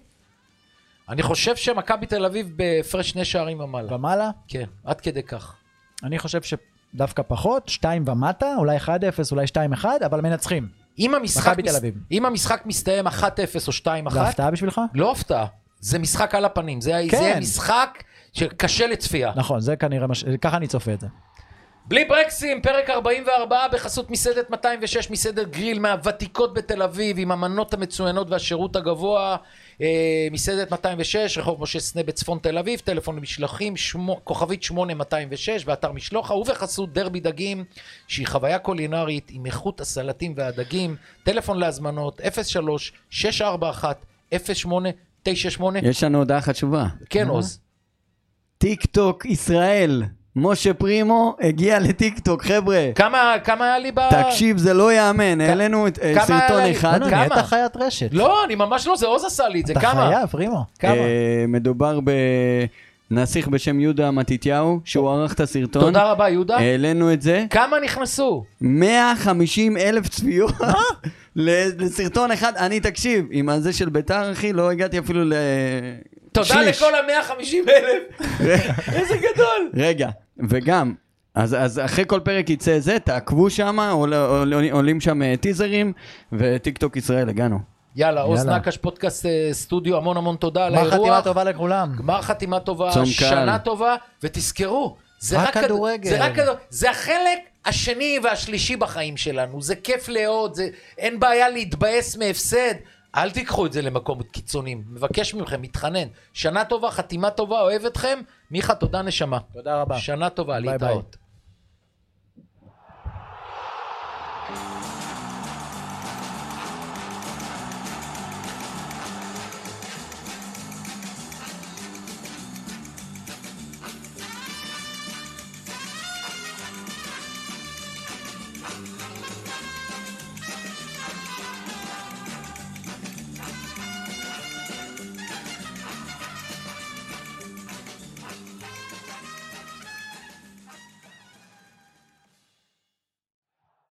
Speaker 1: אני חושב שמכבי תל אביב בהפרש שני שערים ומעלה.
Speaker 2: ומעלה.
Speaker 1: כן, עד כדי כך.
Speaker 2: אני חושב שדווקא פחות, שתיים ומטה, אולי אחד אפס, אולי שתיים אחד, אבל מנצחים.
Speaker 1: אם המשחק,
Speaker 2: מכבי תל אביב.
Speaker 1: אם המשחק מסתיים אחת אפס או שתיים
Speaker 2: זה
Speaker 1: אחת,
Speaker 2: הפתעה בשבילך?
Speaker 1: לא הפתעה. זה משחק על הפנים. זה,
Speaker 2: כן.
Speaker 1: זה משחק שקשה לצפייה.
Speaker 2: נכון, זה כנראה, מש... ככה אני צופה את זה.
Speaker 1: בלי ברקסים, פרק ארבעים וארבע בחסות מסעדת מאתיים ושש, מסעדת גריל מהוותיקות בתל אביב, עם המנות המצוינות והשירות הגבוה. אה, מסעדת מאתיים ושש, רחוב משה סנה בצפון תל אביב, טלפון למשלוחים, שמו, כוכבית שמונה מאתיים ושש, באתר משלוחה, ובחסות דרבי דגים, שהיא חוויה קולינרית עם איכות הסלטים והדגים. טלפון להזמנות, אפס שלוש שש ארבע אחת אפס שמונה תשע שמונה.
Speaker 3: יש לנו הודעה חשובה.
Speaker 1: כן, עוז.
Speaker 3: טיק טוק ישראל. משה פרימו הגיע לטיק טוק, חבר'ה.
Speaker 1: כמה, כמה היה לי ב...
Speaker 3: תקשיב, זה לא יאמן. העלינו את אה,
Speaker 1: כמה
Speaker 3: סרטון
Speaker 1: היה לי?
Speaker 3: אחד.
Speaker 2: בוא'נה,
Speaker 1: כמה?
Speaker 2: נהיית חיית רשת.
Speaker 1: לא, אני ממש לא, זה עוז עשה לי את זה.
Speaker 2: אתה
Speaker 1: כמה?
Speaker 2: חייב, רימו.
Speaker 1: כמה?
Speaker 3: אה, מדובר בנסיך בשם יהודה מתתיהו, שהוא ערך את הסרטון.
Speaker 1: תודה רבה, יהודה.
Speaker 3: העלינו את זה.
Speaker 1: כמה נכנסו?
Speaker 3: מאה וחמישים אלף צפיות לסרטון אחד. אני, תקשיב, עם הזה של ביתר, אחי, לא הגעתי אפילו ל...
Speaker 1: תודה
Speaker 3: שליש.
Speaker 1: לכל ה-מאה וחמישים אלף. איזה גדול.
Speaker 3: רגע, וגם, אז, אז אחרי כל פרק יצא זה, תעקבו שם, עול, עול, עולים שם טיזרים, וטיק טוק ישראל, הגענו.
Speaker 1: יאללה, עוז
Speaker 2: יאללה.
Speaker 1: נקש, פודקאסט אה, סטודיו, המון המון תודה על
Speaker 2: גמר חתימה
Speaker 1: האירוח.
Speaker 2: טובה לכולם.
Speaker 1: גמר חתימה טובה,
Speaker 3: צום
Speaker 1: שנה
Speaker 3: קל.
Speaker 1: טובה, ותזכרו, זה
Speaker 2: רק
Speaker 1: רק כד-
Speaker 2: כדורגל.
Speaker 1: זה רק כדורגל. זה החלק השני והשלישי בחיים שלנו. זה כיף לעוד, זה... אין בעיה להתבאס מהפסד. אל תיקחו את זה למקום קיצונים. מבקש מכם, מתחנן. שנה טובה, חתימה טובה, אוהב אתכם. מיכה, תודה נשמה.
Speaker 2: תודה רבה.
Speaker 1: שנה טובה,
Speaker 2: ביי ביי.
Speaker 1: להתראות.